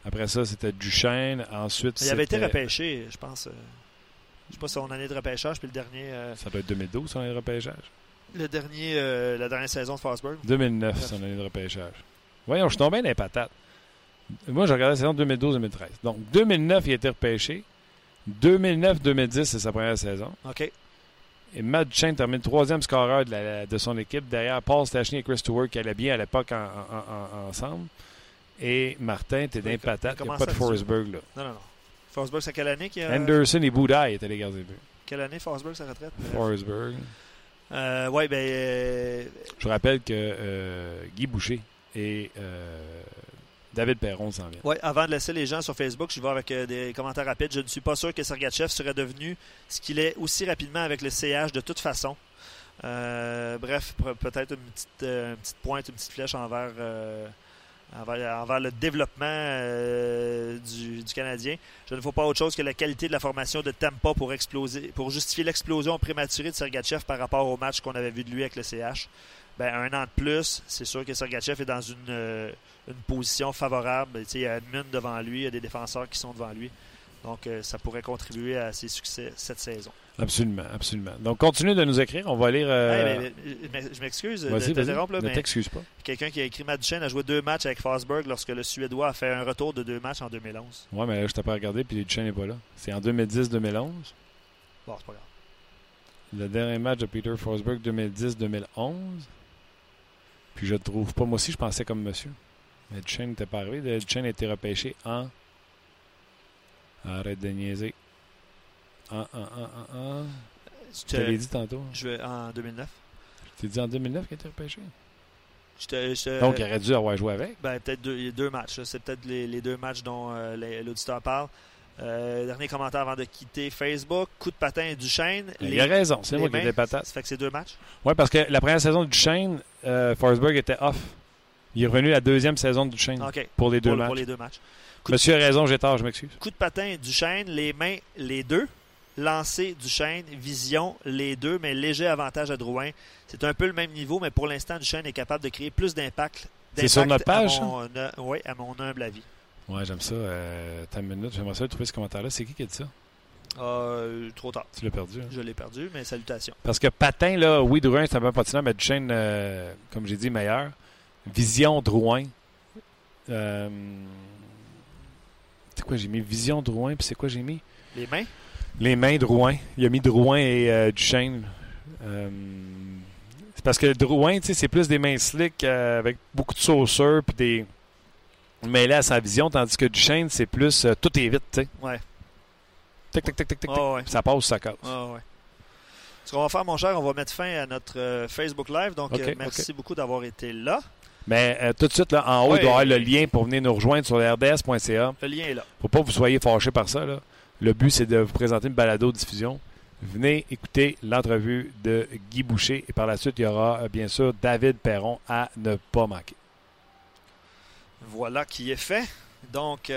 Après ça, c'était Duchesne. Ensuite, Il avait été repêché, je pense. Je sais pas son année de repêchage, puis le dernier... Ça doit être 2012, son année de repêchage. La dernière saison de Forsberg. 2009, son année de repêchage. Voyons, je suis tombé dans les patates. Moi, j'ai regardé la saison 2012-2013. Donc, 2009, il a été repêché. 2009-2010, c'est sa première saison. OK. Et Matt Duchesne termine troisième scoreur de son équipe, derrière Paul Stachny et Chris Stewart, qui allaient bien à l'époque ensemble. Et Martin, t'es dans les patates. Il n'y a pas de Forsberg, là. Non. Forsberg, c'est quelle année qu'il a... Anderson et Boudaille étaient les gardiens de but. Quelle année Forsberg, sa retraite? Forsberg. Oui, ben... Je rappelle que Guy Boucher et David Perron s'en viennent. Oui, avant de laisser les gens sur Facebook, je vais avec des commentaires rapides. Je ne suis pas sûr que Sergachev serait devenu ce qu'il est aussi rapidement avec le CH de toute façon. Bref, peut-être une petite pointe, une petite flèche envers le développement du Canadien. Je ne vois pas autre chose que la qualité de la formation de Tampa pour justifier l'explosion prématurée de Sergachev par rapport au match qu'on avait vu de lui avec le CH. Ben, un an de plus, c'est sûr que Sergachev est dans une position favorable. Il y a Edmund devant lui, il y a des défenseurs qui sont devant lui. Donc, ça pourrait contribuer à ses succès cette saison. Absolument, absolument. Donc, continuez de nous écrire. On va lire... je m'excuse de t'interrompre, ne t'excuse pas. Quelqu'un qui a écrit Matt Duchesne a joué 2 matchs avec Forsberg lorsque le Suédois a fait un retour de 2 matchs en 2011. Oui, mais là, je t'ai pas regardé, puis Duchesne n'est pas là. C'est en 2010-2011. Bon, c'est pas grave. Le dernier match de Peter Forsberg, 2010-2011. Puis je ne trouve pas. Moi aussi, je pensais comme monsieur. Mais Duchesne n'était pas arrivé. Duchesne a été repêché en... Arrête de niaiser. Je te l'ai dit tantôt. En 2009. Je t'ai dit en 2009 qu'il a été repêché. Donc, il aurait dû avoir joué avec. Ben, peut-être deux matchs. C'est peut-être les 2 matchs dont l'auditeur parle. Dernier commentaire avant de quitter Facebook. Coup de patin Duchesne. Il a raison. C'est moi qui ai des patates. Ça fait que c'est 2 matchs? Oui, parce que la première saison de Duchesne, Forsberg était off. Il est revenu la deuxième saison de Duchesne pour les 2 matchs. Pour les 2 matchs. Monsieur a raison, j'ai tort, je m'excuse. Coup de patin Duchesne, les mains, les 2. Lancer Duchesne, vision, les 2, mais léger avantage à Drouin. C'est un peu le même niveau, mais pour l'instant, Duchesne est capable de créer plus d'impact. C'est sur notre page? Oui, à mon humble avis. Oui, j'aime ça. T'as une minute, j'aimerais ça trouver ce commentaire-là. C'est qui a dit ça? Trop tard. Tu l'as perdu. Hein? Je l'ai perdu, mais salutations. Parce que patin, là, oui, Drouin, c'est un peu patinant, mais Duchesne, comme j'ai dit, meilleur. Vision, Drouin. C'est quoi j'ai mis? Vision, Drouin, puis c'est quoi j'ai mis? Les mains? Les mains, Drouin. Il a mis Drouin et Duchesne. C'est parce que Drouin, tu sais, c'est plus des mains slick avec beaucoup de sauceur puis des mêlés à sa vision, tandis que Duchesne, c'est plus tout est vite, tu sais. Ouais. Tic, tic, tic, tic, tic. Oh, ouais. Ça passe ou ça casse. Oh, ouais. Ce qu'on va faire, mon cher, on va mettre fin à notre Facebook Live. Donc, merci beaucoup d'avoir été là. Mais tout de suite, là, en haut, il doit y avoir le lien pour venir nous rejoindre sur rds.ca. Le lien est là. Faut pas que vous soyez fâchés par ça, là. Le but, c'est de vous présenter une balado-diffusion. Venez écouter l'entrevue de Guy Boucher. Et par la suite, il y aura, bien sûr, David Perron à ne pas manquer. Voilà qui est fait. Donc,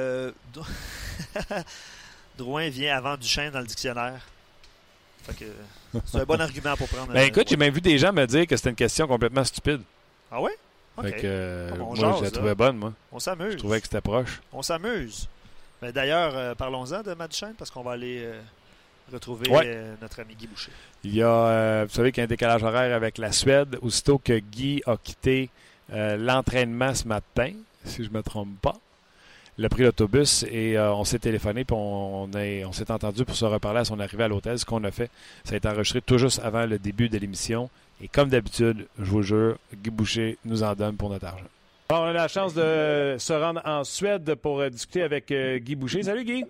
Drouin vient avant Duchesne dans le dictionnaire. Fait que c'est un bon argument pour prendre... Ben écoute, j'ai même vu des gens me dire que c'était une question complètement stupide. Ah ouais? Okay. Fait que, moi, je la trouvais bonne, moi. On s'amuse. Je trouvais que c'était proche. On s'amuse. Mais d'ailleurs, parlons-en de Matt Duchesne parce qu'on va aller retrouver notre ami Guy Boucher. Il y a, vous savez qu'il y a un décalage horaire avec la Suède. Aussitôt que Guy a quitté l'entraînement ce matin, si je ne me trompe pas, il a pris l'autobus et on s'est téléphoné puis on s'est entendu pour se reparler à son arrivée à l'hôtel. Ce qu'on a fait, ça a été enregistré tout juste avant le début de l'émission. Et comme d'habitude, je vous jure, Guy Boucher nous en donne pour notre argent. Alors, on a la chance de se rendre en Suède pour discuter avec Guy Boucher. Salut, Guy.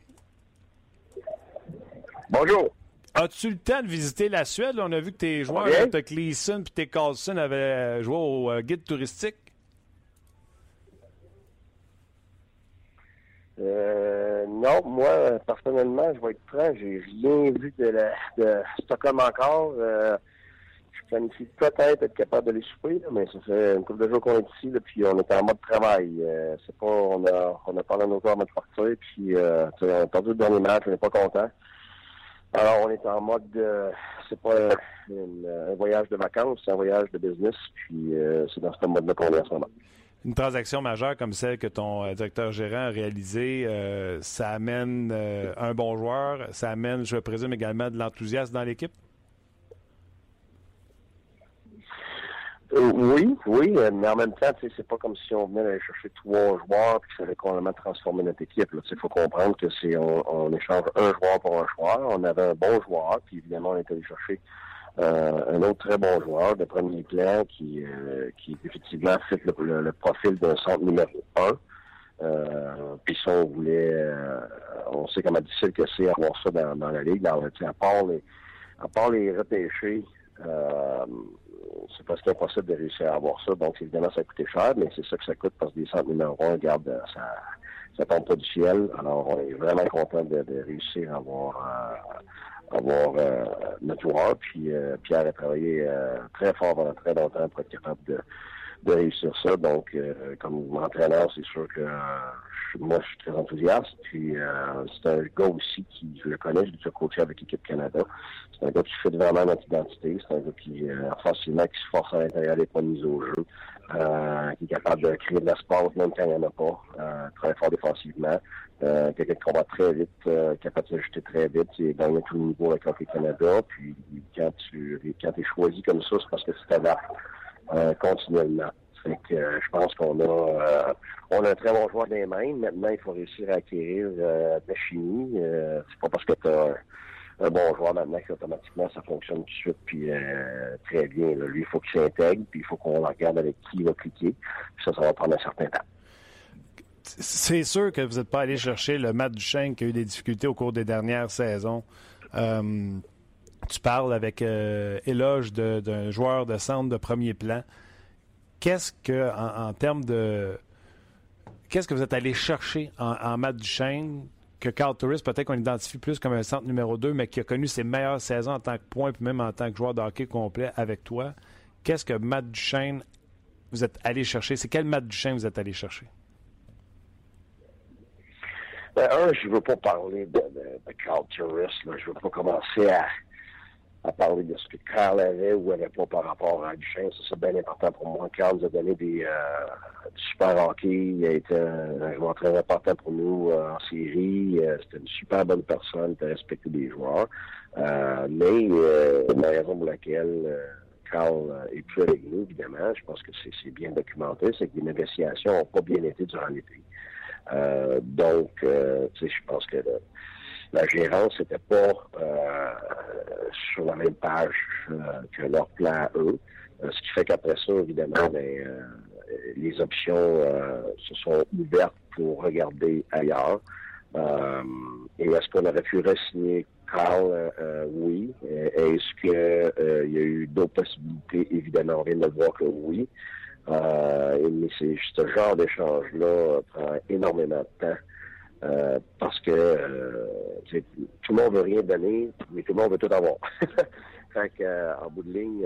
Bonjour. As-tu le temps de visiter la Suède? Là, on a vu que tes joueurs, tes Cleason et tes Carlson, avaient joué au guide touristique. Non, moi, personnellement, je vais être franc, j'ai rien vu de Stockholm encore. Je planifie peut-être être capable d'aller souper, là, mais ça fait une couple de jours qu'on est ici, là, puis on est en mode travail. C'est pas, on a parlé à nos joueurs avant de partir, puis on a perdu le dernier match, on n'est pas content. Alors, on est en mode, c'est pas un voyage de vacances, c'est un voyage de business, puis c'est dans ce mode-là qu'on est en ce moment. une transaction majeure comme celle que ton directeur gérant a réalisée, ça amène un bon joueur, ça amène, je présume, également de l'enthousiasme dans l'équipe? Oui, mais en même temps, c'est pas comme si on venait aller chercher 3 joueurs et que ça allait complètement transformer notre équipe. Il faut comprendre que on échange un joueur pour un joueur. On avait un bon joueur, puis évidemment, on est allé chercher un autre très bon joueur de premier plan qui effectivement fait le profil d'un centre numéro 1. Puis ça, on voulait, on sait comment difficile que c'est avoir ça dans la Ligue. À part les repêcher, c'est presque impossible de réussir à avoir ça. Donc, évidemment, ça a coûté cher, mais c'est ça que ça coûte parce que des centres numéro 1, regarde, ça tombe pas du ciel. Alors, on est vraiment content de réussir à avoir notre joueur. Puis, Pierre a travaillé très fort pendant très longtemps pour être capable de réussir ça. Donc, comme entraîneur, c'est sûr que moi, je suis très enthousiaste. Puis, c'est un gars aussi qui, je le connais, je l'ai déjà coaché avec l'équipe Canada. C'est un gars qui fait vraiment notre identité. C'est un gars qui, facilement, qui se force à l'intérieur des points de mise au jeu, qui est capable de créer de l'espace même quand il n'y en a pas, très fort défensivement. Quelqu'un qui combat très vite, capable de s'ajuster très vite, il gagne à tout niveau avec le Canada. Puis, quand tu es choisi comme ça, c'est parce que c'est adapte continuellement. Fait que je pense qu'on a un très bon joueur dans les mains. Maintenant, il faut réussir à acquérir de la chimie. C'est pas parce que tu as un bon joueur maintenant qu'automatiquement ça fonctionne tout de suite puis très bien. Là. Lui, il faut qu'il s'intègre, puis il faut qu'on regarde avec qui il va cliquer. Puis ça va prendre un certain temps. C'est sûr que vous n'êtes pas allé chercher le Matt Duchesne qui a eu des difficultés au cours des dernières saisons. Tu parles avec éloge d'un joueur de centre de premier plan. Qu'est-ce que, en termes de... Qu'est-ce que vous êtes allé chercher en Matt Duchesne que Carl Turris, peut-être qu'on identifie plus comme un centre numéro 2, mais qui a connu ses meilleures saisons en tant que point, puis même en tant que joueur de hockey complet avec toi? Qu'est-ce que Matt Duchesne, vous êtes allé chercher? C'est quel Matt Duchesne vous êtes allé chercher? Je ne veux pas parler de Carl Turris. Je ne veux pas commencer à parler de ce que Carl avait ou avait pas par rapport à Duchesne. Ça, c'est bien important pour moi. Carl nous a donné du super hockey. Il a été un joueur très important pour nous en série. C'était une super bonne personne. Il était respecté des joueurs. Mais la raison pour laquelle Carl est plus avec nous, évidemment, je pense que c'est bien documenté, c'est que les négociations n'ont pas bien été durant l'été. Donc, je pense que la gérance n'était pas sur la même page que leur plan à eux. Ce qui fait qu'après ça, évidemment, les options se sont ouvertes pour regarder ailleurs. Et est-ce qu'on aurait pu re-signer Carl? Oui. Est-ce qu'il y a eu d'autres possibilités? Évidemment, on vient de le voir que oui. Mais ce genre d'échange-là prend énormément de temps. Parce que tout le monde veut rien donner, mais tout le monde veut tout avoir. Fait que, en bout de ligne,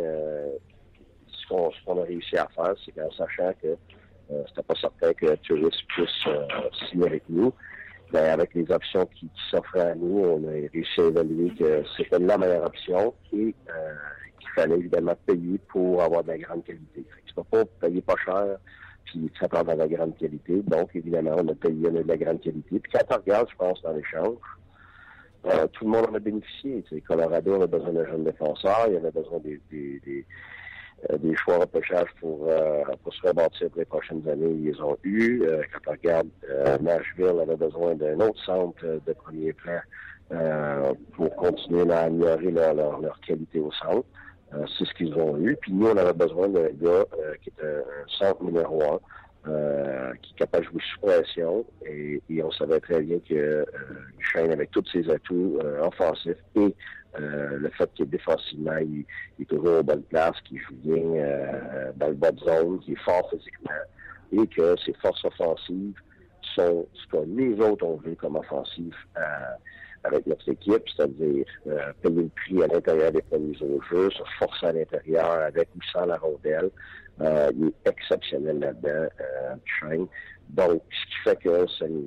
ce qu'on a réussi à faire, c'est qu'en sachant que c'était pas certain que Turris puisse signer avec nous, avec les options qui s'offraient à nous, on a réussi à évaluer que c'était la meilleure option et qu'il fallait évidemment payer pour avoir de la grande qualité. Fait que tu peux pas payer pas cher puis ça prend de la grande qualité. Donc, évidemment, on a payé de la grande qualité. Puis quand on regarde, je pense, dans l'échange, tout le monde en a bénéficié. Tu sais, Colorado avait besoin d'un jeune défenseur, il avait besoin des choix de repêchage pour se rebâtir pour les prochaines années, ils les ont eus. Quand on regarde, Nashville avait besoin d'un autre centre de premier plan pour continuer à améliorer leur qualité au centre. C'est ce qu'ils ont eu. Puis nous, on avait besoin d'un gars qui est un centre numéro 1, qui est capable de jouer sous pression. Et on savait très bien que Duchesne, avec tous ses atouts offensifs et le fait qu'il est défensivement, il est toujours aux bonnes places, qu'il joue bien dans le bas de zone, qu'il est fort physiquement, et que ses forces offensives sont ce que nous autres on veut comme offensive avec notre équipe, c'est-à-dire payer le prix à l'intérieur des premiers au jeu, se forcer à l'intérieur avec ou sans la rondelle. Il est exceptionnel là-dedans, Duchesne. Donc, ce qui fait que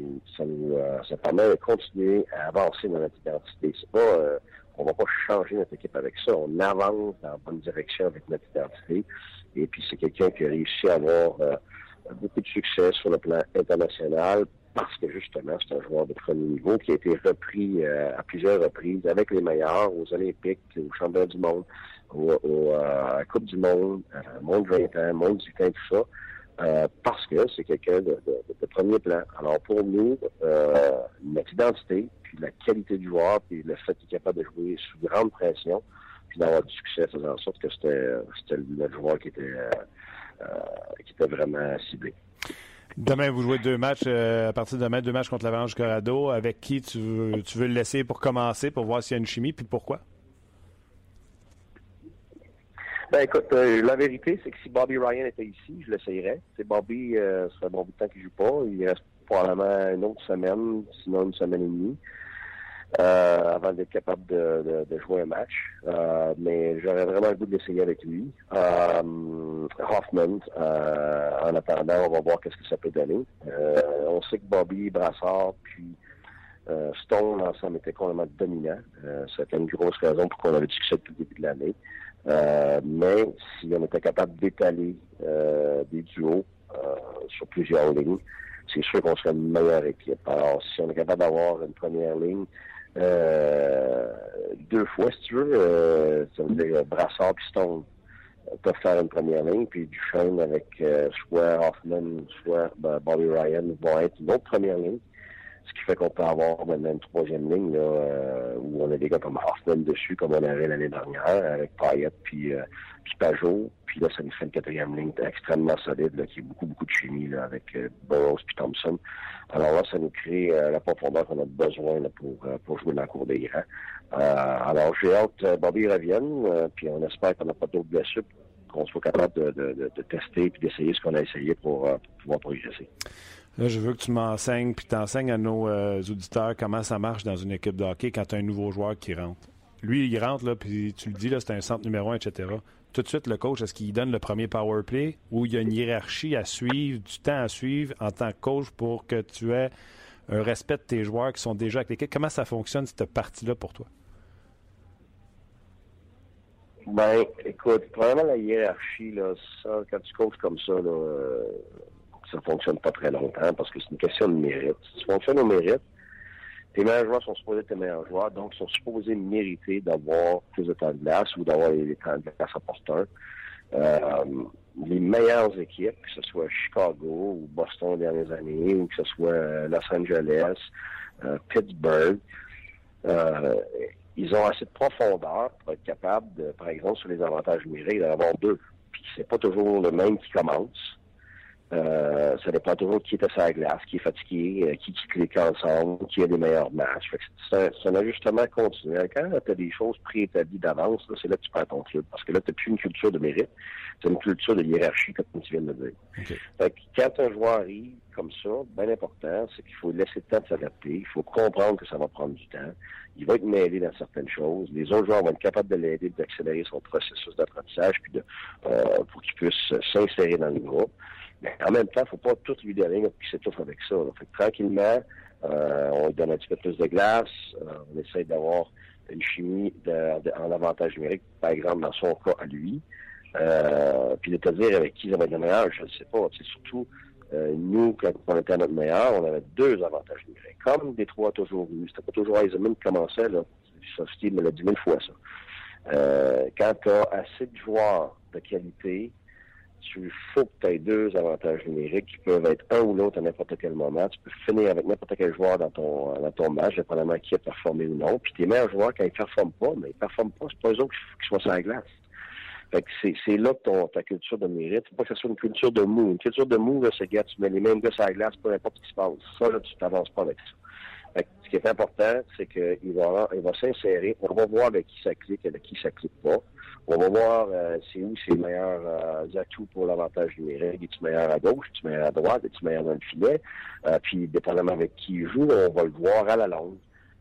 ça permet de continuer à avancer dans notre identité. C'est pas, on va pas changer notre équipe avec ça. On avance dans la bonne direction avec notre identité. Et puis, c'est quelqu'un qui a réussi à avoir beaucoup de succès sur le plan international parce que justement, c'est un joueur de premier niveau qui a été repris à plusieurs reprises avec les meilleurs aux Olympiques, aux Championnats du monde, à la Coupe du monde, monde 20 ans, monde 18 ans, tout ça. Parce que c'est quelqu'un de premier plan. Alors pour nous, notre identité, puis la qualité du joueur, puis le fait qu'il est capable de jouer sous grande pression, puis d'avoir du succès, faisant en sorte que c'était le joueur qui était vraiment ciblé. Demain, vous jouez 2 matchs, à partir de demain, 2 matchs contre l'Avalanche du Colorado. Avec qui tu veux le laisser pour commencer, pour voir s'il y a une chimie, puis pourquoi? Ben écoute, la vérité, c'est que si Bobby Ryan était ici, je l'essayerais. C'est Bobby, ça fait un bon bout de temps qu'il joue pas. Il reste probablement une autre semaine, sinon une semaine et demie, avant d'être capable de jouer un match. Mais j'aurais vraiment le goût de l'essayer avec lui. Hoffman, en attendant, on va voir qu'est-ce que ça peut donner. On sait que Bobby, Brassard, puis Stone, ensemble, étaient complètement dominants. C'était une grosse raison pour qu'on avait du succès depuis le début de l'année. Mais si on était capable d'étaler des duos sur plusieurs lignes, c'est sûr qu'on serait une meilleure équipe. Alors, si on est capable d'avoir une première ligne 2 fois, si tu veux, ça veut dire Brassard et Stone peuvent faire une première ligne, puis Duchesne avec soit Hoffman, soit Bobby Ryan vont être une autre première ligne. Ce qui fait qu'on peut avoir maintenant une 3e ligne là, où on a des gars comme Hoffman dessus, comme on avait l'année dernière, avec Payet puis Pajot. Puis là, ça nous fait une 4e ligne extrêmement solide, là, qui a beaucoup de chimie là, avec Burroughs puis Thompson. Alors là, ça nous crée la profondeur qu'on a besoin là, pour jouer dans la cour des grands. Alors j'ai hâte Bobby revienne, puis on espère qu'on n'a pas d'autres blessures, qu'on soit capable de tester puis d'essayer ce qu'on a essayé pour pouvoir progresser. Là, je veux que tu m'enseignes puis t'enseignes à nos auditeurs comment ça marche dans une équipe de hockey quand tu as un nouveau joueur qui rentre. Lui, il rentre, là, puis tu le dis, là, c'est un centre numéro 1, etc. Tout de suite, le coach, est-ce qu'il donne le premier power play ou il y a une hiérarchie à suivre, du temps à suivre en tant que coach pour que tu aies un respect de tes joueurs qui sont déjà avec l'équipe? Comment ça fonctionne, cette partie-là, pour toi? Ben, écoute, probablement la hiérarchie, là, ça, quand tu coaches comme ça, là, ça fonctionne pas très longtemps parce que c'est une question de mérite. Si tu fonctionnes au mérite, tes meilleurs joueurs sont supposés être tes meilleurs joueurs, donc ils sont supposés mériter d'avoir plus de temps de glace ou d'avoir les temps de glace opportuns. Les meilleures équipes, que ce soit Chicago ou Boston les dernières années, ou que ce soit Los Angeles, Pittsburgh, ils ont assez de profondeur pour être capables de, par exemple, sur les avantages numériques, d'en avoir 2. Puis c'est pas toujours le même qui commence. Ça dépend toujours de qui est à sa glace, qui est fatigué, qui clique ensemble, qui a des meilleurs matchs. Fait que c'est un ajustement continu. Quand tu as des choses préétablies d'avance, là, c'est là que tu perds ton club. Parce que là, tu n'as plus une culture de mérite, tu as une culture de hiérarchie, comme tu viens de le dire. Okay. Fait que quand un joueur arrive comme ça, bien important, c'est qu'il faut laisser le temps de s'adapter. Il faut comprendre que ça va prendre du temps. Il va être mêlé dans certaines choses. Les autres joueurs vont être capables de l'aider, d'accélérer son processus d'apprentissage, puis pour qu'il puisse s'insérer dans le groupe. Mais en même temps, il ne faut pas tout lui donner et qu'il s'étouffe avec ça. Là. Fait que tranquillement, on lui donne un petit peu plus de glace. On essaie d'avoir une chimie en avantage numérique, par exemple, dans son cas à lui. Puis de te dire avec qui ça va être le meilleur, je ne sais pas. C'est surtout, nous, quand on était à notre meilleur, on avait 2 avantages numériques. Comme Détroit a toujours eu. C'était pas toujours Eisenman qui commençait. Là. Steve me l'a dit 1000 fois, ça. Quand tu as assez de joueurs de qualité, il faut que tu aies 2 avantages numériques qui peuvent être un ou l'autre à n'importe quel moment. Tu peux finir avec n'importe quel joueur dans ton match, dépendamment qui a performé ou non. Puis tes meilleurs joueurs, quand ils ne performent pas, mais ils ne performent pas, c'est pas eux autres qui soient sur la glace. Fait que c'est là que ta culture de mérite. Faut pas que ce soit une culture de mou. Une culture de mou, là, c'est gars, tu mets les mêmes gars sur la glace, peu importe ce qui se passe. Ça, là, tu t'avances pas avec ça. Fait que ce qui est important, c'est qu'il va s'insérer. On va voir avec qui ça clique, avec qui ça clique pas. On va voir c'est où ses meilleurs atouts pour l'avantage numérique. Es-tu meilleur à gauche? Es-tu meilleur à droite? Es-tu meilleur dans le filet? Puis, dépendamment avec qui il joue, on va le voir à la longue.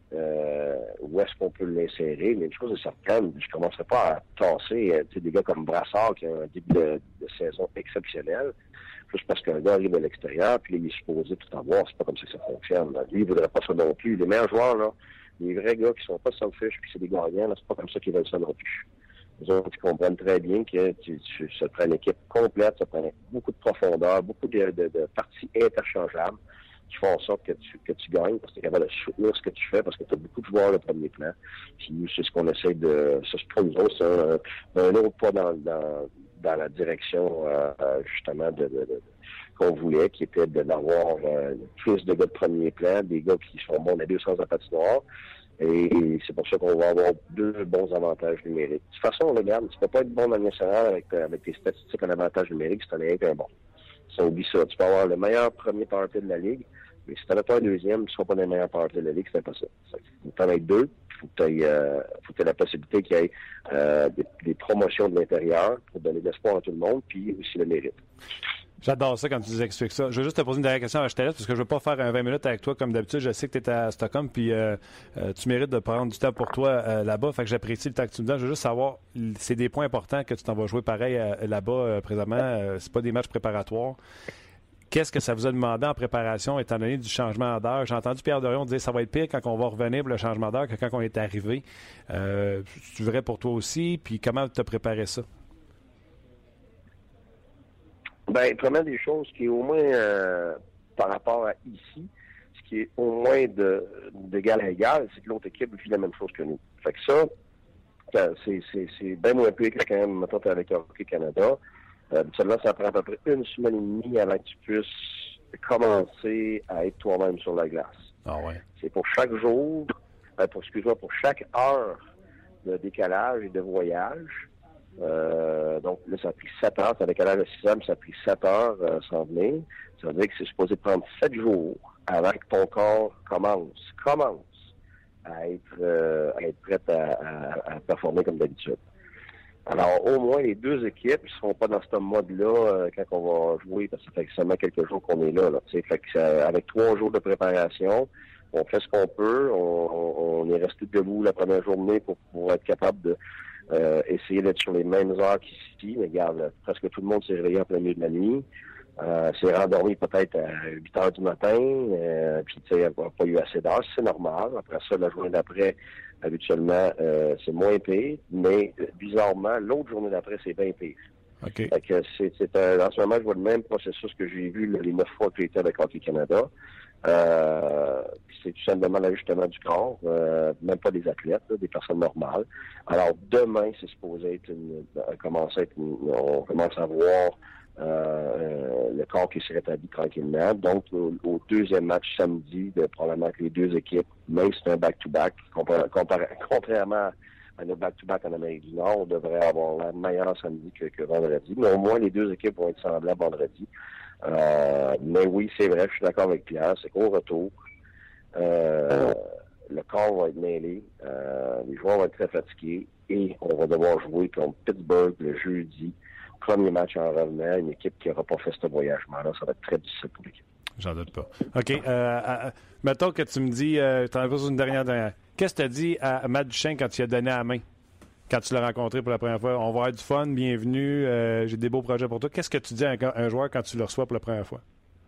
Où est-ce qu'on peut l'insérer? Mais une chose est certaine, je ne commencerai pas à tasser des gars comme Brassard qui a un début de saison exceptionnel. Juste parce qu'un gars arrive de l'extérieur, puis il est supposé tout avoir. C'est pas comme ça que ça fonctionne. Là. Lui, il ne voudrait pas ça non plus. Les meilleurs joueurs, là, les vrais gars qui sont pas selfish puis c'est des gagnants, là, c'est pas comme ça qu'ils veulent ça non plus. Les autres, ils comprennent très bien que ça prend une équipe complète, ça prend beaucoup de profondeur, beaucoup de parties interchangeables qui font en sorte que tu gagnes, parce que tu es capable de soutenir ce que tu fais, parce que tu as beaucoup de joueurs de premier plan. Puis c'est ce qu'on essaie de... Ça, c'est pour nous autres, c'est un autre pas dans la direction, justement, qu'on voulait, qui était d'avoir plus de gars de premier plan, des gars qui sont bons dans 200 en patinoire. Et c'est pour ça qu'on va avoir 2 bons avantages numériques. De toute façon, on regarde, tu peux pas être bon dans le national avec tes statistiques en avantage numérique si tu en es un bon. Ça oublie ça. Tu peux avoir le meilleur premier powerplay de la Ligue, mais si tu n'en as pas un deuxième, tu ne seras pas dans le meilleur powerplay de la Ligue, c'est impossible. Il faut que tu en aies 2, il faut que tu aies la possibilité qu'il y ait des promotions de l'intérieur pour donner de l'espoir à tout le monde, puis aussi le mérite. J'adore ça quand tu nous expliques ça. Je veux juste te poser une dernière question à je te laisse, parce que je ne veux pas faire un 20 minutes avec toi comme d'habitude. Je sais que tu es à Stockholm, puis tu mérites de prendre du temps pour toi là-bas. Fait que j'apprécie le temps que tu me donnes. Je veux juste savoir, c'est des points importants que tu t'en vas jouer pareil là-bas présentement. C'est pas des matchs préparatoires. Qu'est-ce que ça vous a demandé en préparation, étant donné du changement d'heure? J'ai entendu Pierre Dorion dire que ça va être pire quand on va revenir pour le changement d'heure que quand on est arrivé. C'est vrai pour toi aussi? Puis comment tu as préparé ça? Ben, première des choses qui est au moins par rapport à ici, ce qui est au moins d'égal à égal, c'est que l'autre équipe vit la même chose que nous. Fait que ça, c'est bien moins pire que quand même, mettons, t'es avec Hockey Canada. Seulement, ça prend à peu près 1 semaine et demie avant que tu puisses commencer à être toi-même sur la glace. Ah ouais. C'est pour chaque jour, pour chaque heure de décalage et de voyage. Donc là, ça a pris 7 heures. C'est un décalage de 6 heures, mais ça a pris 7 heures sans venir. Ça veut dire que c'est supposé prendre 7 jours avant que ton corps commence à être prêt à performer comme d'habitude. Alors, au moins, les 2 équipes ne seront pas dans ce mode-là quand on va jouer, parce que ça fait seulement quelques jours qu'on est là. Fait que avec 3 jours de préparation, on fait ce qu'on peut. On est resté debout la première journée pour être capable de essayer d'être sur les mêmes heures qu'ici. Mais regarde, presque tout le monde s'est réveillé en plein milieu de la nuit. S'est rendormi peut-être à 8 heures du matin. Puis, tu sais, il n'a pas eu assez d'heures. C'est normal. Après ça, la journée d'après, habituellement, c'est moins pire. Mais, bizarrement, l'autre journée d'après, c'est bien pire. OK. Fait que en ce moment, je vois le même processus que j'ai vu les 9 fois que j'ai été avec Hockey Canada. C'est tout simplement l'ajustement du corps, même pas des athlètes, là, des personnes normales. Alors, demain, c'est supposé être on commence à voir le corps qui se rétablit tranquillement. Donc, au deuxième match samedi, probablement que les 2 équipes, même si c'est un back-to-back, contrairement à nos back-to-back en Amérique du Nord, on devrait avoir la meilleure samedi que vendredi. Mais au moins, les 2 équipes vont être semblables vendredi. Mais oui, c'est vrai, je suis d'accord avec Pierre, c'est qu'au retour, le corps va être mêlé, les joueurs vont être très fatigués et on va devoir jouer contre Pittsburgh le jeudi. Premier match en revenant, une équipe qui n'aura pas fait ce voyagement-là. Ça va être très difficile pour l'équipe. J'en doute pas. OK. Mettons que tu me dis, tu en as une dernière. Qu'est-ce que tu as dit à Matt Duchesne quand tu lui as donné la main? Quand tu l'as rencontré pour la première fois? On va avoir du fun, bienvenue, j'ai des beaux projets pour toi. Qu'est-ce que tu dis à un joueur quand tu le reçois pour la première fois?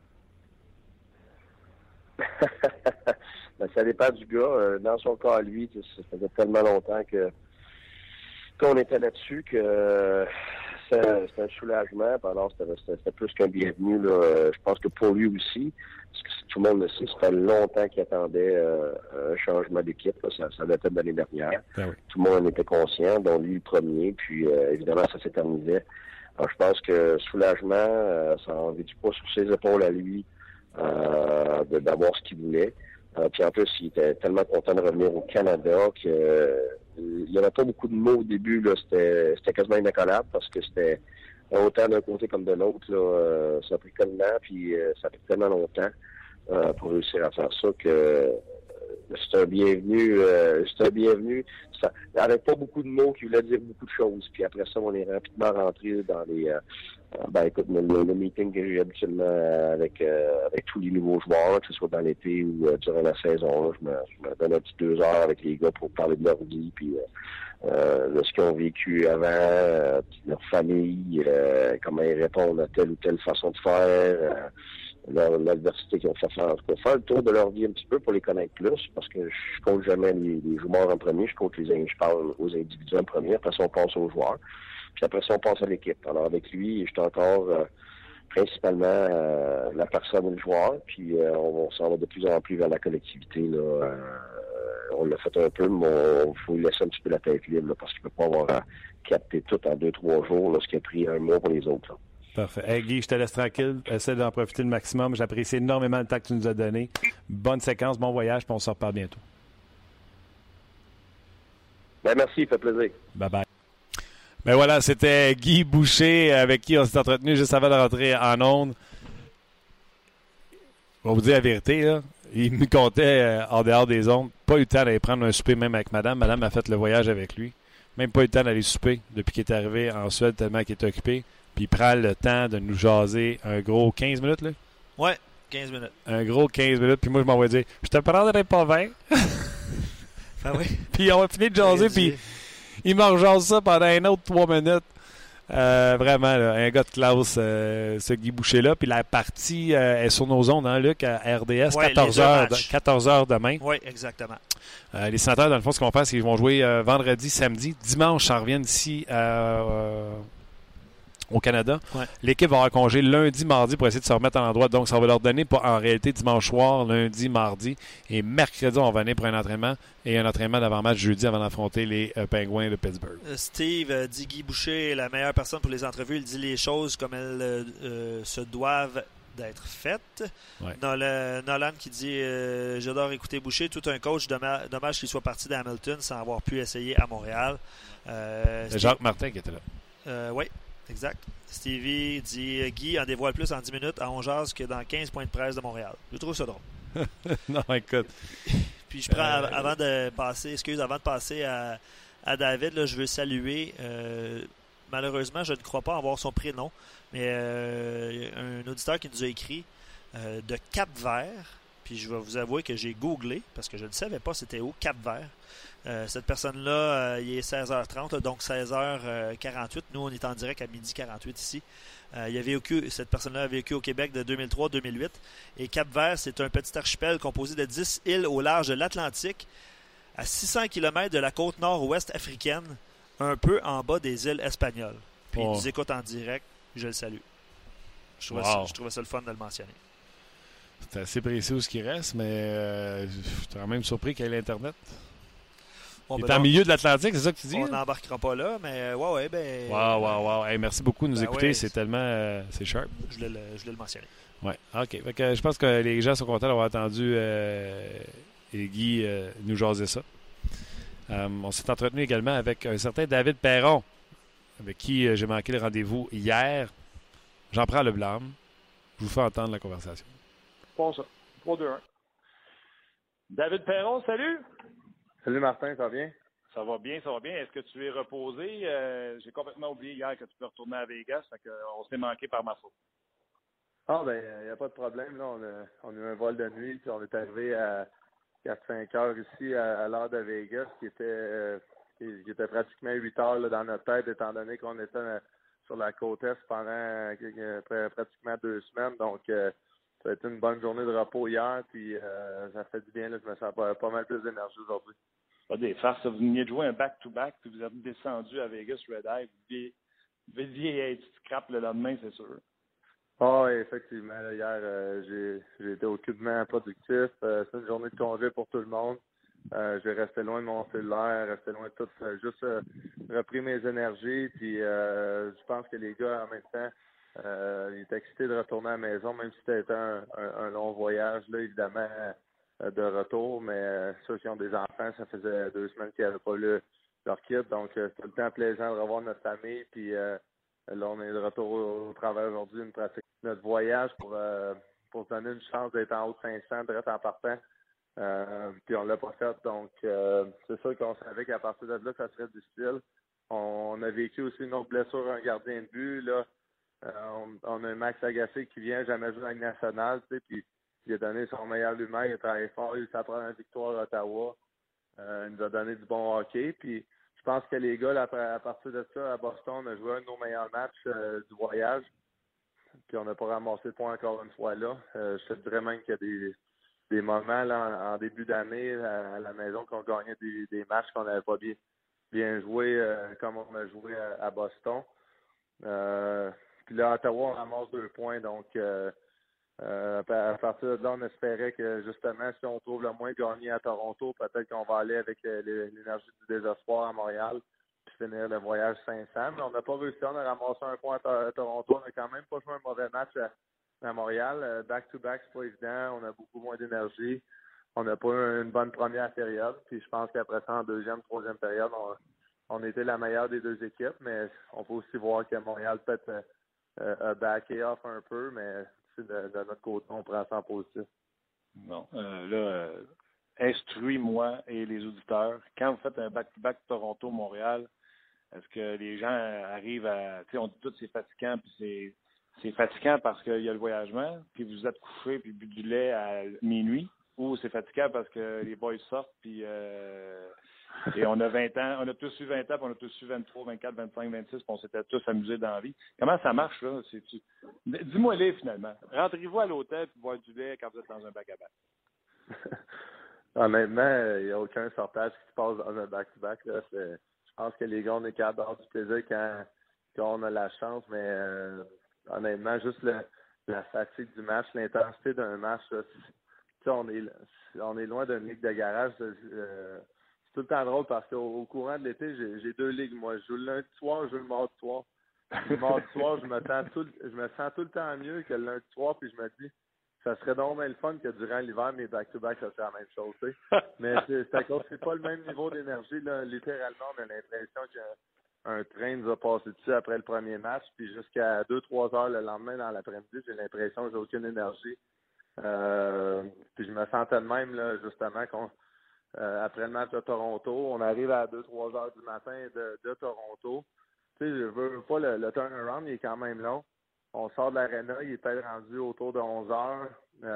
Ben, ça dépend du gars. Dans son cas, lui, ça faisait tellement longtemps qu'on était là-dessus que c'était un soulagement. Alors, c'était plus qu'un bienvenu. Là. Je pense que pour lui aussi, parce que tout le monde le sait, ça fait longtemps qu'il attendait un changement d'équipe. Ça datait de l'année dernière. Ah oui. Tout le monde en était conscient, dont lui le premier. Puis, évidemment, ça s'éternisait. Alors, je pense que soulagement, ça en du pas sur ses épaules à lui d'avoir ce qu'il voulait. Puis en plus, il était tellement content de revenir au Canada que il n'y avait pas beaucoup de mots au début. Là, c'était quasiment une accolade parce que c'était autant d'un côté comme de l'autre. Là, ça a pris tellement, puis ça a pris tellement longtemps pour réussir à faire ça que c'est un bienvenu. Ça, avec pas beaucoup de mots qui voulaient dire beaucoup de choses. Puis après ça, on est rapidement rentré dans les écoute, le meeting que j'ai habituellement avec tous les nouveaux joueurs, que ce soit dans l'été ou durant la saison. Là, je me donne un petit 2 heures avec les gars pour parler de leur vie, puis de ce qu'ils ont vécu avant, puis leur famille, comment ils répondent à telle ou telle façon de faire. l'adversité qu'ils ont fait faire. En tout cas, faire le tour de leur vie un petit peu pour les connaître plus, parce que je compte jamais les joueurs en premier, je parle aux individus en premier, après ça, on passe aux joueurs, puis après ça, on passe à l'équipe. Alors, avec lui, je suis encore principalement la personne et le joueur, puis on s'en va de plus en plus vers la collectivité, là. On l'a fait un peu, mais il faut lui laisser un petit peu la tête libre, là, parce qu'il ne peut pas avoir capté tout en 2-3 jours, là, ce qui a pris un mois pour les autres, là. Parfait. Hey, Guy, je te laisse tranquille. Essaie d'en profiter le maximum. J'apprécie énormément le temps que tu nous as donné. Bonne séquence, bon voyage, puis on se reparle bientôt. Ben, merci, ça fait plaisir. Bye-bye. Ben voilà, c'était Guy Boucher avec qui on s'est entretenu juste avant de rentrer en onde. On va vous dire la vérité, là. Il nous comptait en dehors des ondes. Pas eu le temps d'aller prendre un souper même avec madame. Madame a fait le voyage avec lui. Même pas eu le temps d'aller souper depuis qu'il est arrivé en Suède tellement qu'il est occupé. Puis il prend le temps de nous jaser un gros 15 minutes, là? Ouais, 15 minutes. Un gros 15 minutes. Puis moi, je m'envoie dire, je te prendrai pas 20. Ah oui. Puis on a fini de jaser, puis il m'a rejasé ça pendant un autre 3 minutes. Vraiment, là, un gars de classe, ce Guy Boucher-là. Puis la partie est sur nos ondes, hein, Luc, à RDS, ouais, 14h demain. Oui, exactement. Les sénateurs, dans le fond, ce qu'on fait, c'est qu'ils vont jouer vendredi, samedi. Dimanche, ça revient ici au Canada. Ouais. L'équipe va avoir congé lundi, mardi pour essayer de se remettre en endroit. Donc, ça va leur donner, en réalité, dimanche soir, lundi, mardi. Et mercredi, on va venir pour un entraînement. Et un entraînement d'avant-match jeudi avant d'affronter les Penguins de Pittsburgh. Steve dit Guy Boucher est la meilleure personne pour les entrevues. Il dit les choses comme elles se doivent d'être faites. Ouais. Nolan qui dit j'adore écouter Boucher. Tout un coach, dommage qu'il soit parti d'Hamilton sans avoir pu essayer à Montréal. Jacques Martin qui était là. Oui. Exact. Stevie dit Guy en dévoile plus en 10 minutes à 11 heures que dans 15 points de presse de Montréal. Je trouve ça drôle. Non, écoute. Puis je prends, avant de passer à David, là, je veux saluer, malheureusement, je ne crois pas avoir son prénom, mais un auditeur qui nous a écrit de Cap-Vert. Puis je vais vous avouer que j'ai googlé, parce que je ne savais pas c'était où, Cap-Vert. Cette personne-là, il est 16h30, donc 16h48. Nous, on est en direct à 12h48 ici. Cette personne-là a vécu au Québec de 2003-2008. Et Cap-Vert, c'est un petit archipel composé de 10 îles au large de l'Atlantique, à 600 km de la côte nord-ouest africaine, un peu en bas des îles espagnoles. Puis il nous écoute en direct. Je le salue. Je trouvais ça le fun de le mentionner. C'est assez précis où ce qui reste, mais je suis quand même surpris qu'il y ait l'Internet. Bon, il est en milieu de l'Atlantique, c'est ça que tu dis? On n'embarquera pas là, mais ouais. Wow. Hey, merci beaucoup de nous écouter, ouais, c'est tellement... c'est sharp. Je voulais le mentionner. Ouais, OK. Fait que, je pense que les gens sont contents d'avoir entendu Guy nous jaser ça. On s'est entretenu également avec un certain David Perron, avec qui j'ai manqué le rendez-vous hier. J'en prends le blâme. Je vous fais entendre la conversation. Bon, ça. 3-2-1. David Perron, salut! Salut Martin, ça va bien? Ça va bien. Est-ce que tu es reposé? J'ai complètement oublié hier que tu peux retourner à Vegas, fait qu'on s'est manqué par ma faute. Ah ben, il n'y a pas de problème. Là, on a eu un vol de nuit, puis on est arrivé à 4-5 heures ici à l'heure de Vegas, qui était pratiquement 8 heures là, dans notre tête, étant donné qu'on était sur la côte est pendant pratiquement 2 semaines. Donc, ça a été une bonne journée de repos hier, puis ça fait du bien. Là, je me sens pas mal plus d'énergie aujourd'hui. Pas des farces, vous veniez de jouer un back-to-back, puis vous êtes descendu à Vegas Red Eye. Vous deviez être scrap le lendemain, c'est sûr. Ah oui, effectivement. Là, hier, j'ai été aucunement productif. C'est une journée de congé pour tout le monde. J'ai resté loin de mon cellulaire, resté loin de tout. Juste repris mes énergies. Puis je pense que les gars, en même temps, ils étaient excités de retourner à la maison, même si c'était un long voyage, là, évidemment, de retour. Mais ceux qui ont des enfants, ça faisait 2 semaines qu'ils n'avaient pas eu leur kit. Donc, c'est tout le temps plaisant de revoir notre famille. Puis là, on est de retour au travail aujourd'hui, une pratique. Notre voyage pour se donner une chance d'être en haut de 500, direct en partant. Puis on l'a pas fait. Donc, c'est sûr qu'on savait qu'à partir de là, ça serait difficile. On a vécu aussi une autre blessure, un gardien de but. Là, on a un Max Agacé qui vient jamais jouer à la Ligue nationale, tu sais, puis il a donné son meilleur lui-même, il a travaillé fort, il a eu sa première victoire à Ottawa. Il nous a donné du bon hockey. Puis je pense que les gars, là, à partir de ça, à Boston, on a joué un de nos meilleurs matchs du voyage. puis on n'a pas ramassé de points encore une fois là. Je te dirais même qu'il y a des moments là, en début d'année à la maison qu'on gagnait des matchs qu'on n'avait pas bien joué comme on a joué à Boston. Puis là, à Ottawa, on ramasse 2 points. Donc, à partir de là, on espérait que, justement, si on trouve le moins gagné à Toronto, peut-être qu'on va aller avec l'énergie du désespoir à Montréal puis finir le voyage 500. Mais on n'a pas réussi. On a ramassé 1 point à Toronto. On n'a quand même pas joué un mauvais match à Montréal. Back-to-back, c'est pas évident. On a beaucoup moins d'énergie. On n'a pas eu une bonne première période. Puis je pense qu'après ça, en deuxième, troisième période, on était la meilleure des deux équipes. Mais on peut aussi voir que Montréal peut-être a backé off un peu. Mais de notre côté, on prend ça en positif. Bon, instruis-moi et les auditeurs. Quand vous faites un back-to-back Toronto-Montréal, est-ce que les gens arrivent à... Tu sais, on dit tout c'est fatigant, puis c'est fatigant parce qu'il y a le voyagement, puis vous êtes couché, puis bu du lait à minuit, ou c'est fatigant parce que les boys sortent, puis et on a 20 ans, on a tous eu 20 ans, puis on a tous eu 23, 24, 25, 26, puis on s'était tous amusés dans la vie. Comment ça marche, là? Dis-moi-les, finalement. Rentrez-vous à l'hôtel pour boire du lait quand vous êtes dans un back-à-back? Honnêtement, il n'y a aucun sortage qui se passe dans un back-to-back. Là. Je pense que les gars, on est capable d'avoir du plaisir quand on a la chance, mais honnêtement, juste la fatigue du match, l'intensité d'un match, là, on est loin d'une ligue de garage. C'est tout le temps drôle parce qu'au courant de l'été, j'ai 2 ligues. Moi, je joue le lundi soir, je joue le mardi soir. Le mardi soir, je me sens tout le temps mieux que le lundi soir, puis je me dis, ça serait donc bien le fun que durant l'hiver, mes back-to-back, ça serait la même chose. Tu sais. Mais c'est pas le même niveau d'énergie. Là. Littéralement, on a l'impression qu'un train nous a passé dessus après le premier match, puis jusqu'à 2-3 heures le lendemain dans l'après-midi, j'ai l'impression que j'ai aucune énergie. Puis je me sentais de même, là, justement, après le match de Toronto, on arrive à 2-3 heures du matin de Toronto. Tu sais, je veux pas le turnaround, il est quand même long. On sort de l'aréna, il est peut-être rendu autour de 11 heures.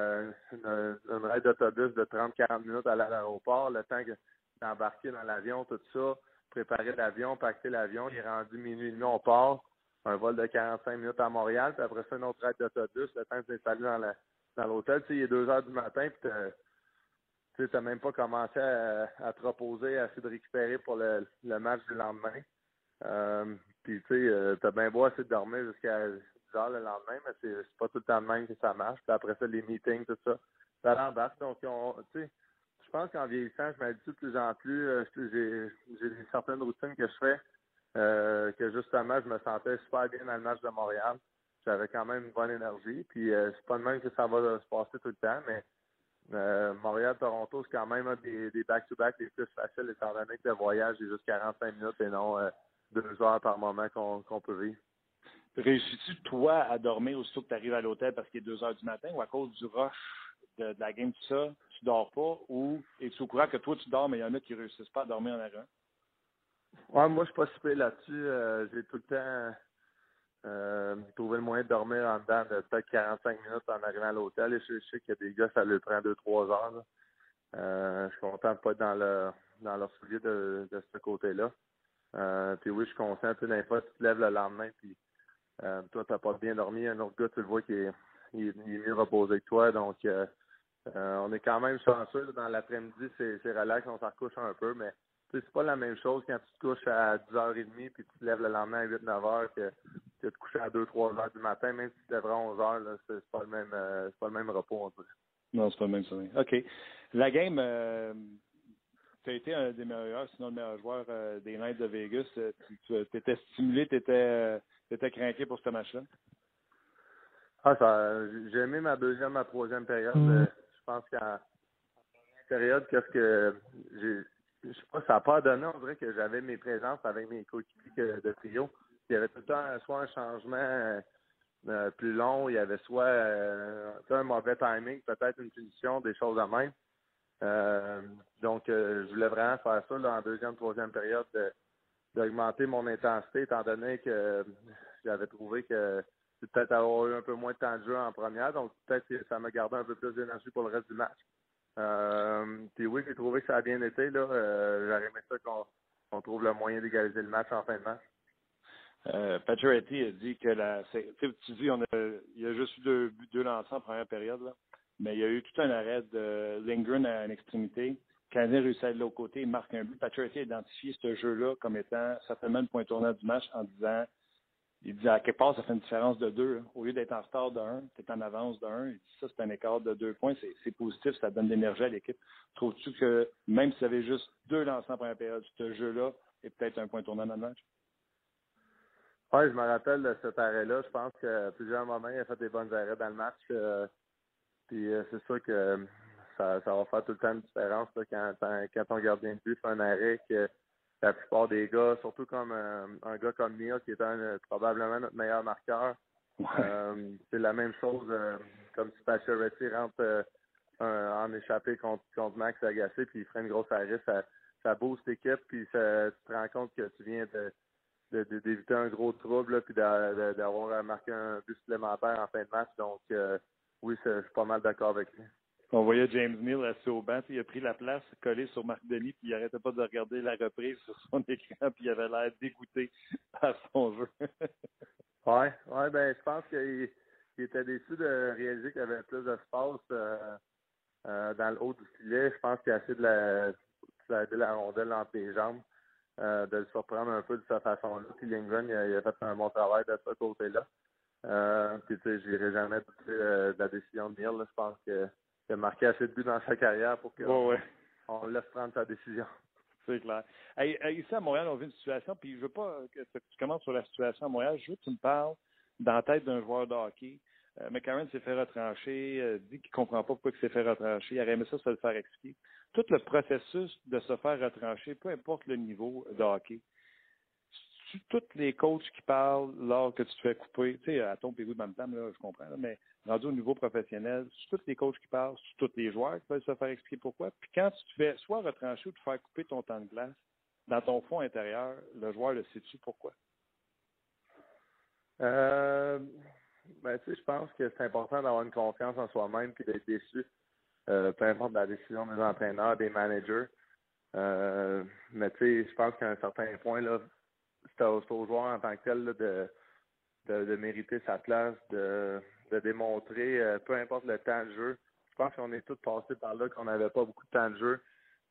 Une raid d'autobus de 30-40 minutes à l'aéroport, le temps d'embarquer dans l'avion, tout ça, préparer l'avion, pacter l'avion, il est rendu minuit et demi, on part. Un vol de 45 minutes à Montréal, puis après ça, une autre raid d'autobus, le temps de s'installer dans l'hôtel. Tu sais, il est 2 heures du matin, puis tu n'as même pas commencé à te reposer, à essayer de récupérer pour le match du lendemain. Puis, tu sais, t'as bien beau essayer de dormir jusqu'à 10 heures le lendemain, mais c'est pas tout le temps de même que ça marche. Puis après ça, les meetings, tout ça, ça l'embarque. Donc, tu sais, je pense qu'en vieillissant, je m'habitue de plus en plus. J'ai certaines routines que je fais que, justement, je me sentais super bien dans le match de Montréal. J'avais quand même une bonne énergie. Puis, c'est pas de même que ça va se passer tout le temps, mais Montréal-Toronto, c'est quand même un des back-to-back les plus faciles, étant donné que le voyage est juste 45 minutes et non 2 heures par moment qu'on peut vivre. Réussis-tu, toi, à dormir aussitôt que tu arrives à l'hôtel parce qu'il est 2 heures du matin ou à cause du rush de la game, tout ça, tu dors pas ou es-tu au courant que toi, tu dors, mais il y en a qui réussissent pas à dormir en arrivant? Ouais, moi, je suis pas si pire là-dessus. J'ai tout le temps trouvé le moyen de dormir en dedans de peut-être 45 minutes en arrivant à l'hôtel. Et je sais qu'il y a des gars, ça leur prend 2-3 heures. Là. Je suis content de pas être dans leur soulier de ce côté-là. Puis oui, je suis conscient, tu sais, des fois, tu te lèves le lendemain, puis toi, t'as pas bien dormi. Un autre gars, tu le vois qui est mieux reposé que toi. Donc, on est quand même chanceux. Là, dans l'après-midi, c'est relax, on s'en recouche un peu, mais c'est pas la même chose quand tu te couches à 10h30 puis tu te lèves le lendemain à 8-9h que de te coucher à 2-3 heures du matin, même si tu te lèveras à 11 heures, là, c'est pas le même repos, on dirait. Non, c'est pas le même sommeil. OK. La game, tu as été un des meilleurs, sinon le meilleur joueur des Knights de Vegas. Tu étais stimulé, tu étais craqué pour ce match-là? J'ai aimé ma deuxième, ma troisième période. Je pense qu'en période, je sais pas, ça n'a pas donné, on dirait que j'avais mes présences avec mes coéquipiers de trio. Il y avait tout le temps soit un changement plus long, il y avait soit un mauvais timing, peut-être une punition, des choses à même. Donc, je voulais vraiment faire ça là, en deuxième, troisième période, d'augmenter mon intensité, étant donné que j'avais trouvé que c'est peut-être avoir eu un peu moins de temps de jeu en première, donc peut-être que ça m'a gardé un peu plus d'énergie pour le reste du match. Puis oui, j'ai trouvé que ça a bien été. J'aurais aimé ça qu'on trouve le moyen d'égaliser le match en fin de match. Pacioretty a dit que tu dis il y a juste eu deux lancers en première période, là, mais il y a eu tout un arrêt de Lindgren à une extrémité. Le Canadien réussit à aller de l'autre côté, il marque un but. Pacioretty a identifié ce jeu-là comme étant certainement le point tournant du match en disant, il dit à quelque part, ça fait une différence de 2. Hein. Au lieu d'être en retard de 1, tu es en avance de 1. Il dit ça, c'est un écart de 2 points. C'est positif, ça donne de l'énergie à l'équipe. Trouves-tu que même si tu avais juste 2 lancers en première période, ce jeu-là est peut-être un point tournant dans le match? Oui, je me rappelle de cet arrêt-là. Je pense qu'à plusieurs moments, il a fait des bons arrêts dans le match. Puis c'est sûr que ça va faire tout le temps une différence là, quand ton gardien de but fait un arrêt que la plupart des gars, surtout comme un gars comme Neil, qui est probablement notre meilleur marqueur, c'est la même chose comme si Pacioretty rentre en échappée contre Max Agacé, puis il ferait une grosse arrêt, ça booste l'équipe, puis tu te rends compte que tu viens d'éviter un gros trouble, là, puis d'avoir marqué un but supplémentaire en fin de match. Donc, oui, je suis pas mal d'accord avec lui. On voyait James Neal assis au banc, il a pris la place, collé sur Marc Denis, puis il arrêtait pas de regarder la reprise sur son écran, puis il avait l'air dégoûté par son jeu. Ouais, ben je pense qu'il était déçu de réaliser qu'il y avait plus d'espace dans le haut du filet. Je pense qu'il a essayé de la rondelle entre les jambes. De le surprendre un peu de cette façon-là. Puis Lindgren, il a fait un bon travail de ce côté-là. Puis tu sais, je n'irai jamais douter de la décision de Neil. Là. Je pense qu'il a marqué assez de buts dans sa carrière pour qu'on on laisse prendre sa décision. C'est clair. Hey, ici à Montréal, on vit une situation, puis je veux pas que tu commences sur la situation à Montréal. Je veux que tu me parles dans la tête d'un joueur de hockey. McCarron s'est fait retrancher, dit qu'il ne comprend pas pourquoi il s'est fait retrancher. Il aurait aimé ça se le faire expliquer. Tout le processus de se faire retrancher, peu importe le niveau de hockey, tous les coachs qui parlent lors que tu te fais couper, tu sais, à ton pérou de même temps, là, je comprends, là, mais rendu au niveau professionnel, c'est tous les coachs qui parlent, c'est tous les joueurs qui veulent se faire expliquer pourquoi. Puis quand tu te fais soit retrancher ou te faire couper ton temps de glace, dans ton fond intérieur, le joueur le sait-tu pourquoi? Ben, tu sais, je pense que c'est important d'avoir une confiance en soi-même puis d'être déçu, peu importe la décision des entraîneurs, des managers. Mais tu sais, je pense qu'à un certain point, là, c'est au joueur en tant que tel là, de mériter sa place, de démontrer, peu importe le temps de jeu. Je pense qu'on est tous passés par là, qu'on n'avait pas beaucoup de temps de jeu.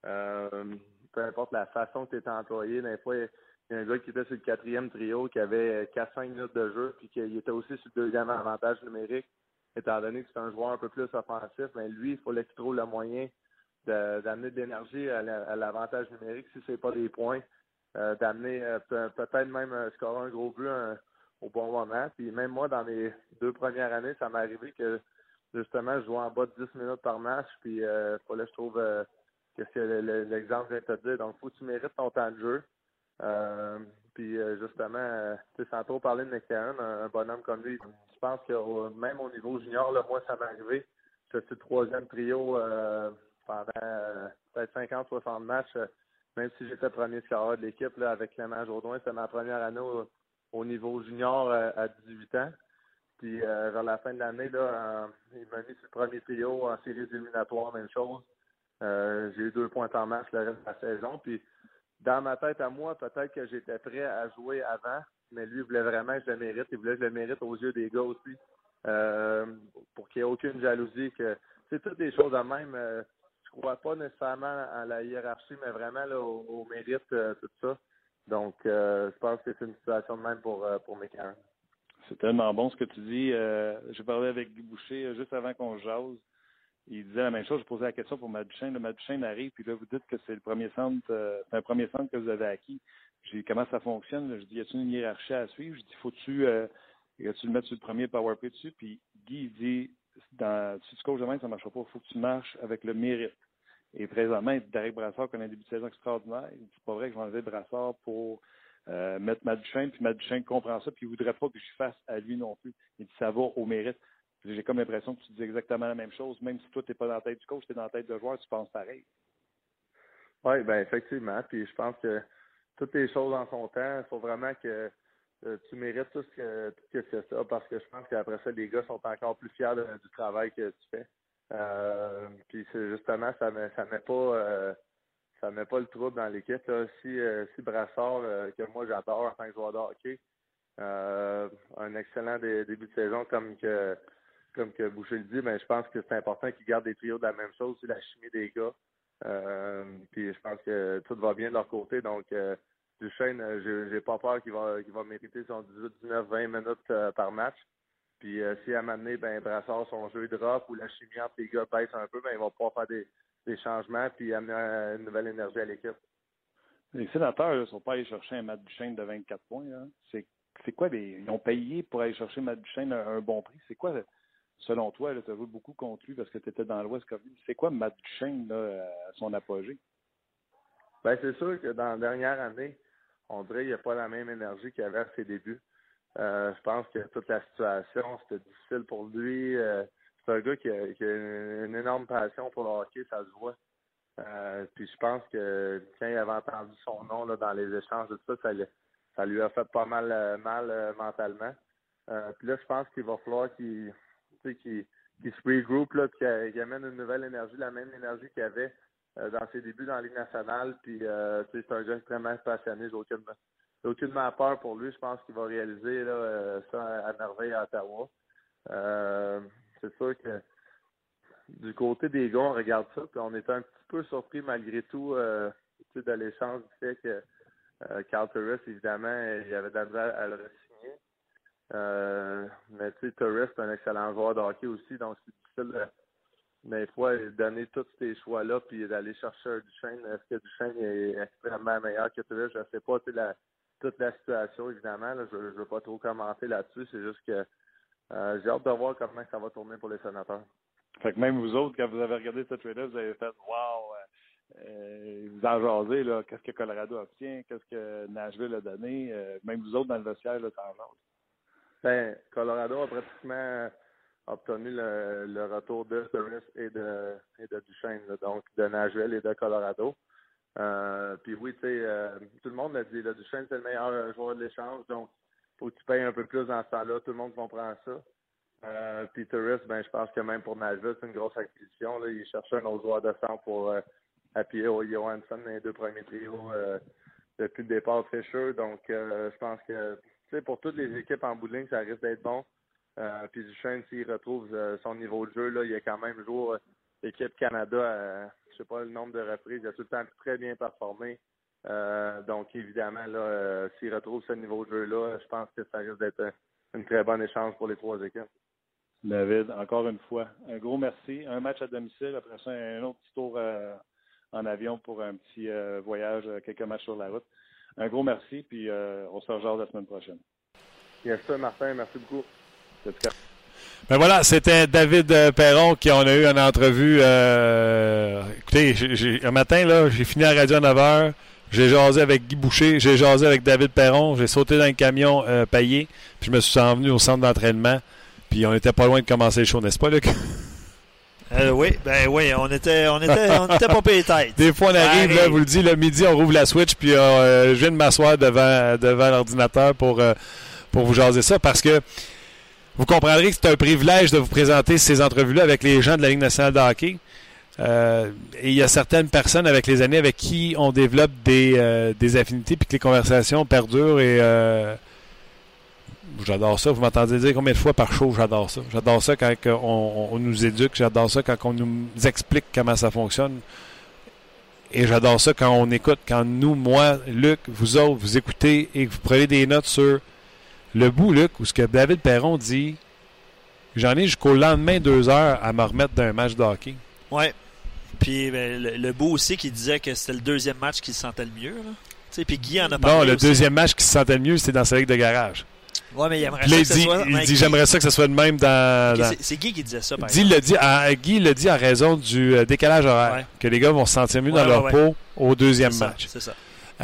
Peu importe la façon que tu étais employé, des fois, il y a un gars qui était sur le 4e trio, qui avait 4-5 minutes de jeu, puis qu'il était aussi sur le 2e avantage numérique, étant donné que c'est un joueur un peu plus offensif, mais lui, il fallait qu'il trouve le moyen d'amener de l'énergie à l'avantage numérique si c'est pas des points, d'amener peut-être même scorer un gros but au bon moment. Puis même moi, dans mes 2 premières années, ça m'est arrivé que justement, je jouais en bas de 10 minutes par match, puis il fallait que je trouve que c'est l'exemple que je viens de te dire. Donc, il faut que tu mérites ton temps de jeu. Puis justement, sans trop parler de McCarron, un bonhomme comme lui, je pense que même au niveau junior, là, moi, ça m'est arrivé. J'étais sur le 3e trio pendant peut-être 50-60 matchs, même si j'étais premier scoreur de l'équipe là, avec Clément Jourdouin. C'était ma première année au niveau junior à 18 ans. Puis vers la fin de l'année, là, il m'a mis sur le premier trio en séries éliminatoires, même chose. J'ai eu 2 points en match le reste de la saison. Puis dans ma tête à moi, peut-être que j'étais prêt à jouer avant, mais lui voulait vraiment que je le mérite. Il voulait que je le mérite aux yeux des gars aussi. Pour qu'il n'y ait aucune jalousie. C'est toutes des choses de même. Je crois pas nécessairement à la hiérarchie, mais vraiment là, au mérite, tout ça. Donc, je pense que c'est une situation de même pour McCarron. C'est tellement bon ce que tu dis. J'ai parlé avec Guy Boucher juste avant qu'on jase. Il disait la même chose. Je posais la question pour Matt Duchesne. Matt Duchesne arrive, puis là, vous dites que c'est le premier centre, c'est un premier centre que vous avez acquis. Je dis, comment ça fonctionne? Je dis, y a-t-il une hiérarchie à suivre? Je dis, faut-tu le mettre sur le premier powerplay dessus? Puis Guy, il dit, si tu coaches de même, ça ne marchera pas. Il faut que tu marches avec le mérite. Et présentement, Derek Brassard connaît un début de saison extraordinaire. Il dit, c'est pas vrai que je vais enlever Brassard pour mettre Matt Duchesne, puis Matt Duchesne comprend ça, puis il voudrait pas que je fasse à lui non plus. Il dit, ça va au mérite. J'ai comme l'impression que tu dis exactement la même chose. Même si toi, tu n'es pas dans la tête du coach, tu es dans la tête de joueur, tu penses pareil. Oui, bien effectivement. Puis je pense que toutes les choses en son temps, il faut vraiment que tu mérites tout ce que c'est ça, parce que je pense qu'après ça, les gars sont encore plus fiers du travail que tu fais. Puis c'est justement, ça met pas le trouble dans l'équipe. Là. Si Brassard, que moi j'adore en tant que joueur de hockey, un excellent début de saison comme que Boucher le dit, mais je pense que c'est important qu'ils gardent des trios de la même chose, c'est la chimie des gars. Puis je pense que tout va bien de leur côté. Donc Duchesne, j'ai pas peur qu'il va mériter son 18, 19, 20 minutes par match. Puis si à un moment donné, Brassard, son jeu drop ou la chimie entre les gars baisse un peu, ils vont pouvoir faire des changements puis amener une nouvelle énergie à l'équipe. Les Sénateurs ne sont pas allés chercher un Matt Duchesne de 24 points. Hein. C'est quoi ils ont payé pour aller chercher Matt Duchesne à un bon prix? C'est quoi, selon toi, tu as vu beaucoup contre lui parce que tu étais dans l'Ouest comme lui. C'est quoi Matt Duchesne là, à son apogée? C'est sûr que dans la dernière année, on dirait qu'il n'y a pas la même énergie qu'il avait à ses débuts. Je pense que toute la situation, c'était difficile pour lui. C'est un gars qui a une énorme passion pour le hockey, ça se voit. Puis je pense que quand il avait entendu son nom là, dans les échanges de ça lui a fait pas mal mentalement. Puis là, je pense qu'il va falloir qu'il se regroupe, là, qu'il amène une nouvelle énergie, la même énergie qu'il avait dans ses débuts dans la Ligue nationale. Puis c'est un gars extrêmement passionné. J'ai aucunement peur pour lui. Je pense qu'il va réaliser là, ça à merveille à Ottawa. C'est sûr que du côté des gars, on regarde ça, puis on était un petit peu surpris malgré tout de l'échange du fait que Carl Turris, évidemment, il avait de la misère à le re-signer. Mais tu sais, Turris, c'est un excellent joueur de hockey aussi, donc c'est difficile des fois de donner tous ces choix-là puis d'aller chercher un Duchesne. Est-ce que Duchesne est extrêmement meilleur que Turris? Je ne sais pas, toute la situation, évidemment. Là, je ne veux pas trop commenter là-dessus, c'est juste que j'ai hâte de voir comment ça va tourner pour les Sénateurs. Fait que même vous autres, quand vous avez regardé cette trade-là, vous avez fait « Wow! » Vous en jasez, là, qu'est-ce que Colorado obtient, qu'est-ce que Nashville a donné. Même vous autres, dans le vestiaire, là, ça en jase. Colorado a pratiquement obtenu le retour de Turris et de Duchesne, là, donc de Nashville et de Colorado. Puis oui, tu sais, tout le monde l'a dit, là, Duchesne, c'est le meilleur joueur de l'échange, donc il faut que tu payes un peu plus dans ce temps-là. Tout le monde comprend ça. Puis Turris, je pense que même pour Nashville, c'est une grosse acquisition. Là. Il cherchait un autre joueur de centre pour appuyer au Johansson dans les deux premiers trios depuis le départ de Fischer. Donc, je pense que pour toutes les équipes en bout de ligne, ça risque d'être bon. Puis Duchesne, s'il retrouve son niveau de jeu, là, il a quand même joué l'équipe Canada, je sais pas le nombre de reprises, il a tout le temps très bien performé. Donc, évidemment, là, s'il retrouve ce niveau de jeu-là, je pense que ça risque d'être une très bonne échange pour les trois équipes. David, encore une fois, un gros merci. Un match à domicile, après ça, un autre petit tour en avion pour un petit voyage, quelques matchs sur la route. Un gros merci, puis on se rejoint la semaine prochaine. Yes, sir, Martin, merci beaucoup. Voilà, c'était David Perron qui on a eu en entrevue. Écoutez, un matin, là, j'ai fini la radio à 9h. J'ai jasé avec Guy Boucher, j'ai jasé avec David Perron, j'ai sauté dans le camion payé, puis je me suis envenu au centre d'entraînement. Puis on était pas loin de commencer le show, n'est-ce pas, Luc? Oui, on était pompés les têtes. Des fois, on arrive, là, vous le dites, le midi, on rouvre la switch, puis je viens de m'asseoir devant l'ordinateur pour vous jaser ça, parce que vous comprendrez que c'est un privilège de vous présenter ces entrevues-là avec les gens de la Ligue nationale de hockey. Et il y a certaines personnes avec les années avec qui on développe des affinités, puis que les conversations perdurent et... j'adore ça. Vous m'entendez dire combien de fois par show, j'adore ça. J'adore ça quand on nous éduque. J'adore ça quand on nous explique comment ça fonctionne. Et j'adore ça quand on écoute. Quand nous, moi, Luc, vous autres, vous écoutez et que vous prenez des notes sur le bout, Luc, où ce que David Perron dit, j'en ai jusqu'au lendemain 2 heures à me remettre d'un match de hockey. Oui. Puis le bout aussi qui disait que c'était le deuxième match qui se sentait le mieux. Puis Guy en a parlé. Non, le aussi. deuxième match qui se sentait le mieux, c'était dans sa ligue de garage. Oui, mais il aimerait là, ça que ce soit... Il dit, j'aimerais ça que ce soit de même dans... Okay, c'est Guy qui disait ça, par exemple. Guy le dit en raison du décalage horaire, que les gars vont se sentir mieux dans leur peau au deuxième match. C'est ça.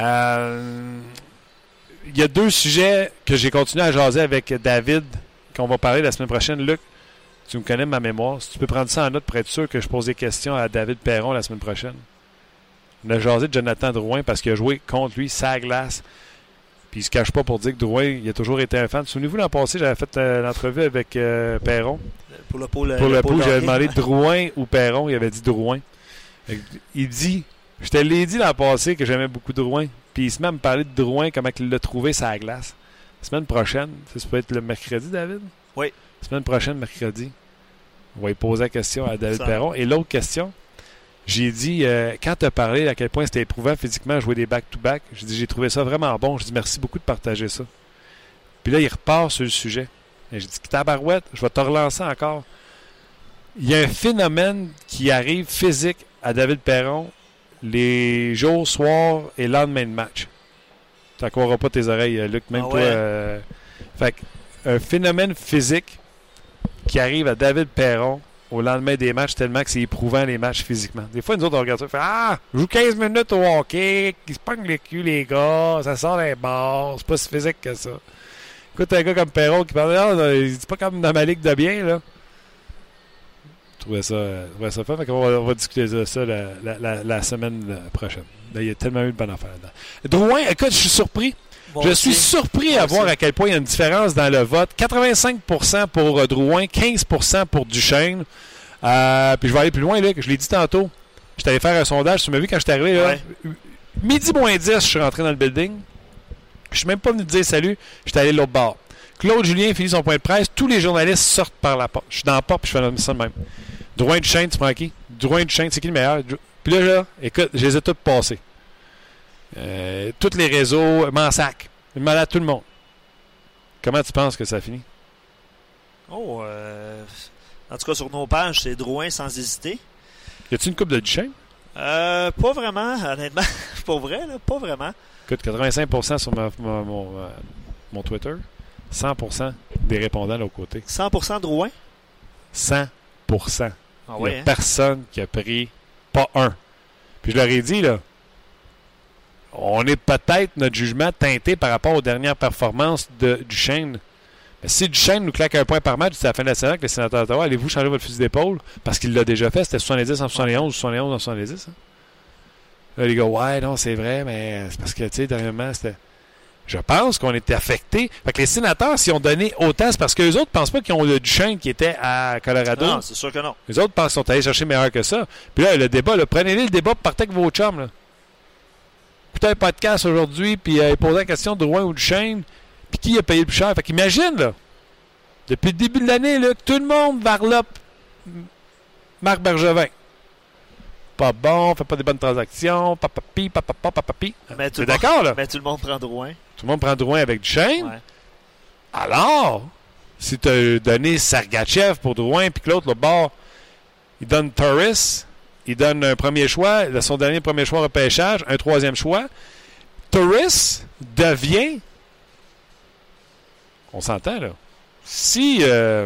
Il y a 2 sujets que j'ai continué à jaser avec David, qu'on va parler la semaine prochaine. Luc, tu me connais ma mémoire. Si tu peux prendre ça en note pour être sûr que je pose des questions à David Perron la semaine prochaine. On a jasé de Jonathan Drouin parce qu'il a joué contre lui, sa glace. Puis il se cache pas pour dire que Drouin, il a toujours été un fan. Souvenez-vous, l'an passé, j'avais fait l'entrevue avec Perron. Pour le pôle, j'avais demandé Drouin ou Perron. Il avait dit Drouin. Il dit, je te l'ai dit l'an passé que j'aimais beaucoup Drouin. Puis il se met à me parler de Drouin, comment il l'a trouvé sa glace. Semaine prochaine, ça peut être le mercredi, David? Oui. Semaine prochaine, mercredi. On va y poser la question à David Perron. Et l'autre question, j'ai dit, quand tu as parlé à quel point c'était éprouvant physiquement jouer des back-to-back, j'ai dit, j'ai trouvé ça vraiment bon. J'ai dit, merci beaucoup de partager ça. Puis là, il repart sur le sujet. Et j'ai dit, tabarouette, je vais te relancer encore. Il y a un phénomène qui arrive physique à David Perron les jours, soirs et lendemain de match. Tu n'accroiras pas tes oreilles, Luc, même toi. Fait un phénomène physique qui arrive à David Perron au lendemain des matchs tellement que c'est éprouvant les matchs physiquement. Des fois, nous autres, on regarde ça, on fait « Ah, je joue 15 minutes au hockey, ils se pognent les culs, les gars, ça sort des barres, c'est pas si physique que ça. » Écoute, un gars comme Perron qui parle « Ah, c'est pas comme dans ma ligue de bien, là. » Je trouvais ça fun, fait qu'on va discuter de ça la semaine prochaine. Là, il y a tellement eu de bonnes affaires là-dedans. Drouin, écoute, je suis surpris. Je suis surpris à voir à quel point il y a une différence dans le vote. 85% pour Drouin, 15% pour Duchesne. Puis je vais aller plus loin, là, que je l'ai dit tantôt. J'étais allé faire un sondage. Tu m'as vu quand je suis arrivé, là. Midi moins 10, je suis rentré dans le building. Je suis même pas venu te dire salut. J'étais allé de l'autre bord. Claude Julien finit son point de presse. Tous les journalistes sortent par la porte. Je suis dans la porte puis je fais ça de même. Drouin Duchesne, tu prends qui? Drouin Duchesne, c'est qui le meilleur? Puis là, écoute, je les ai tous passés. Tous les réseaux, Mansac, malade tout le monde. Comment tu penses que ça finit? En tout cas, sur nos pages, c'est Drouin sans hésiter. Y a-t-il une coupe de Duchesne? Pas vraiment, honnêtement. Pour vrai, là, pas vraiment. Écoute, 85% sur mon Twitter, 100% des répondants de l'autre côté. 100% Drouin? 100%. Ah Il n'y a hein? personne qui a pris pas un. Puis je leur ai dit, là, on est peut-être, notre jugement, teinté par rapport aux dernières performances de Duchesne. Mais si Duchesne nous claque un point par match d'ici la fin de la saison avec les Sénateurs d'Ottawa, allez-vous changer votre fusil d'épaule? Parce qu'il l'a déjà fait. C'était 70 en 71 ou 71 en 70. Hein? Là, les gars, ouais, non, c'est vrai, mais c'est parce que, tu sais, dernièrement, c'était... Je pense qu'on était affectés. Fait que les Sénateurs, s'ils ont donné autant, c'est parce que les autres ne pensent pas qu'ils ont le Duchesne qui était à Colorado. Non, c'est sûr que non. Les autres pensent qu'ils sont allés chercher meilleur que ça. Puis là, le débat, là, prenez-le le débat, partez avec vos chums, là. Écoutez un podcast aujourd'hui, puis il posait la question de Drouin ou Duchesne, puis qui a payé le plus cher. Fait qu'imagine, là, depuis le début de l'année, là, tout le monde varlope Marc Bergevin. Pas bon, fait pas des bonnes transactions, papapi. T'es d'accord, là? Mais tout le monde prend Drouin. Tout le monde prend Drouin avec Duchesne. Ouais. Alors, si tu as donné Sergachev pour Drouin, puis que l'autre, le bord, il donne Torres, il donne un premier choix, son dernier premier choix repêchage, un troisième choix. Torres devient, on s'entend là, si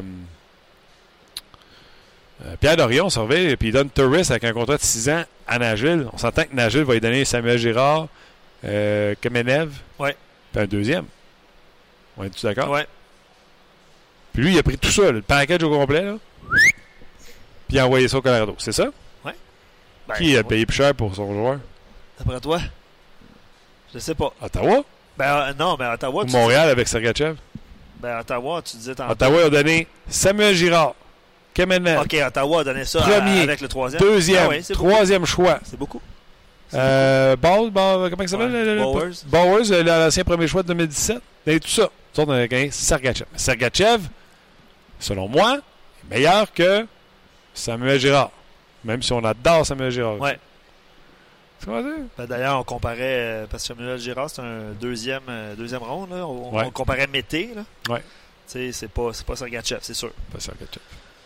Pierre Dorion surveille et puis il donne Torres avec un contrat de 6 ans à Nashville, on s'entend que Nashville va lui donner Samuel Girard, Kamenev, ouais. Puis un deuxième. On est-tu d'accord? Ouais. Puis lui, il a pris tout ça, le package au complet, là, puis il a envoyé ça au Colorado, c'est ça? Ouais. Ben, qui a payé plus cher pour son joueur? D'après toi? Je sais pas. Ottawa? Non, mais Ottawa... Ou Montréal avec Sergachev? Ottawa, tu disais tantôt... Ottawa a donné Samuel Girard, Kamenev. OK, Ottawa a donné ça premier, avec le troisième. Deuxième, troisième beaucoup. choix. C'est beaucoup. Comment il s'appelle? Bowers. Bowers, l'ancien premier choix de 2017. Et tout ça. Nous autres, on a gagné Sergachev. Sergachev, selon moi, est meilleur que Samuel Girard. Même si on adore Samuel Girard. Ouais. Tu vois ça? D'ailleurs, on comparait, parce que Samuel Girard, c'est un deuxième ronde. Là. On comparait Mété. Là. Ouais. Tu sais, c'est pas Sergachev, c'est sûr. Pas Sergachev.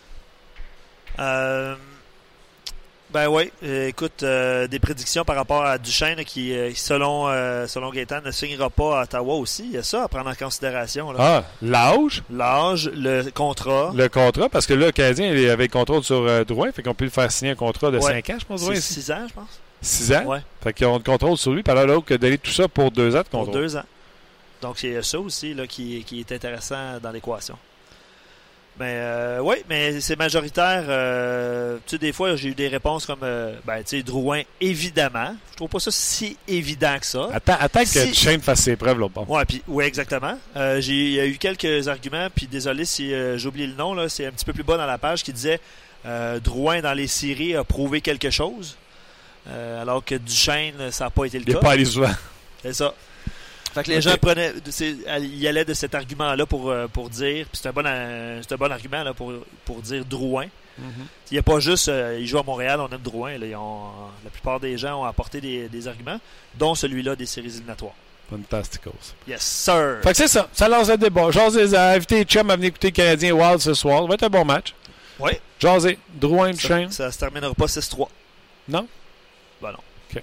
Ben oui, écoute, des prédictions par rapport à Duchesne qui, selon Gaétan, ne signera pas à Ottawa aussi. Il y a ça à prendre en considération. Là. Ah, l'âge? L'âge, le contrat. Le contrat, parce que là, le Canadien il avait le contrôle sur Drouin, fait qu'on peut lui faire signer un contrat de 5 ans, je pense. C'est 6 ans, je pense. 6 ans? Ouais. Fait qu'ils ont le contrôle sur lui, par là, l'autre que donner tout ça pour 2 ans de contrôle. Pour 2 ans. Donc, c'est ça aussi là, qui est intéressant dans l'équation. Mais oui, mais c'est majoritaire. Tu sais, des fois, j'ai eu des réponses comme tu sais, Drouin, évidemment. Je trouve pas ça si évident que ça. Attends que Duchesne fasse ses preuves là-bas. Oui, exactement. Il y a eu quelques arguments, puis désolé si j'ai oublié le nom, là, c'est un petit peu plus bas dans la page qui disait Drouin dans les séries a prouvé quelque chose. Alors que Duchesne, ça n'a pas été le cas. Il n'est pas allé souvent. C'est ça. Fait que les gens y allaient de cet argument-là pour dire, puis c'est un bon argument là, pour dire Drouin. Il n'y a pas juste, ils jouent à Montréal, on aime Drouin. Là, la plupart des gens ont apporté des arguments, dont celui-là des séries éliminatoires. Fantasticos. Yes, sir. Fait que c'est ça. Ça lance le débat. José a invité les chums à venir écouter le Canadien Wild ce soir. Ça va être un bon match. Oui. José, Drouin, Duchesne. Ça se terminera pas 6-3. Non? Ben non. OK.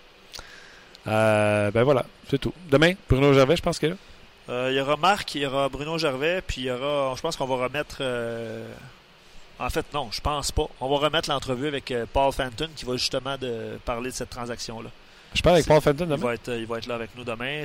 Ben voilà, c'est tout. Demain, Bruno Gervais, je pense qu'il est là. Il y aura Marc, il y aura Bruno Gervais, puis il y aura, je pense qu'on va remettre... En fait, non, je pense pas. On va remettre l'entrevue avec Paul Fenton qui va justement parler de cette transaction-là. Je parle avec Paul Fenton demain. Il va être là avec nous demain.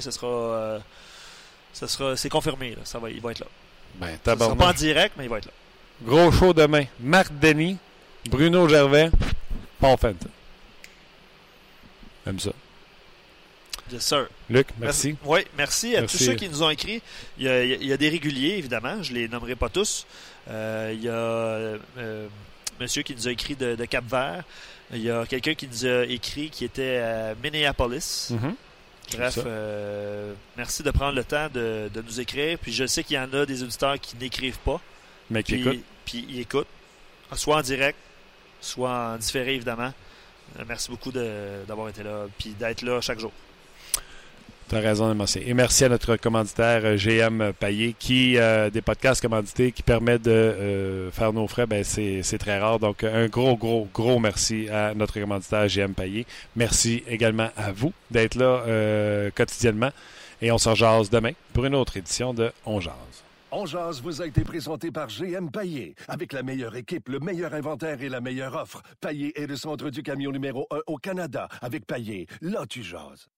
C'est confirmé. Là. Il va être là. Ben, ça sera pas en direct, mais il va être là. Gros show demain. Marc Denis, Bruno Gervais, Paul Fenton. J'aime ça. Yes, sir. Luc, merci. Oui, merci à tous ceux qui nous ont écrit. Il y a des réguliers, évidemment. Je les nommerai pas tous. Il y a monsieur qui nous a écrit de Cap-Vert. Il y a quelqu'un qui nous a écrit qui était à Minneapolis. Bref, merci de prendre le temps de nous écrire. Puis je sais qu'il y en a des auditeurs qui n'écrivent pas. Mais qui écoutent. Puis ils écoutent. Soit en direct, soit en différé, évidemment. Merci beaucoup d'avoir été là. Puis d'être là chaque jour. Tu as raison, merci. Et merci à notre commanditaire GM Payé, qui des podcasts commandités qui permet de faire nos frais. Ben c'est très rare. Donc, un gros merci à notre commanditaire GM Payé. Merci également à vous d'être là quotidiennement. Et on se rejase demain pour une autre édition de On Jase. On Jase vous a été présenté par GM Payé. Avec la meilleure équipe, le meilleur inventaire et la meilleure offre. Payé est le centre du camion numéro 1 au Canada. Avec Payé, là tu jases.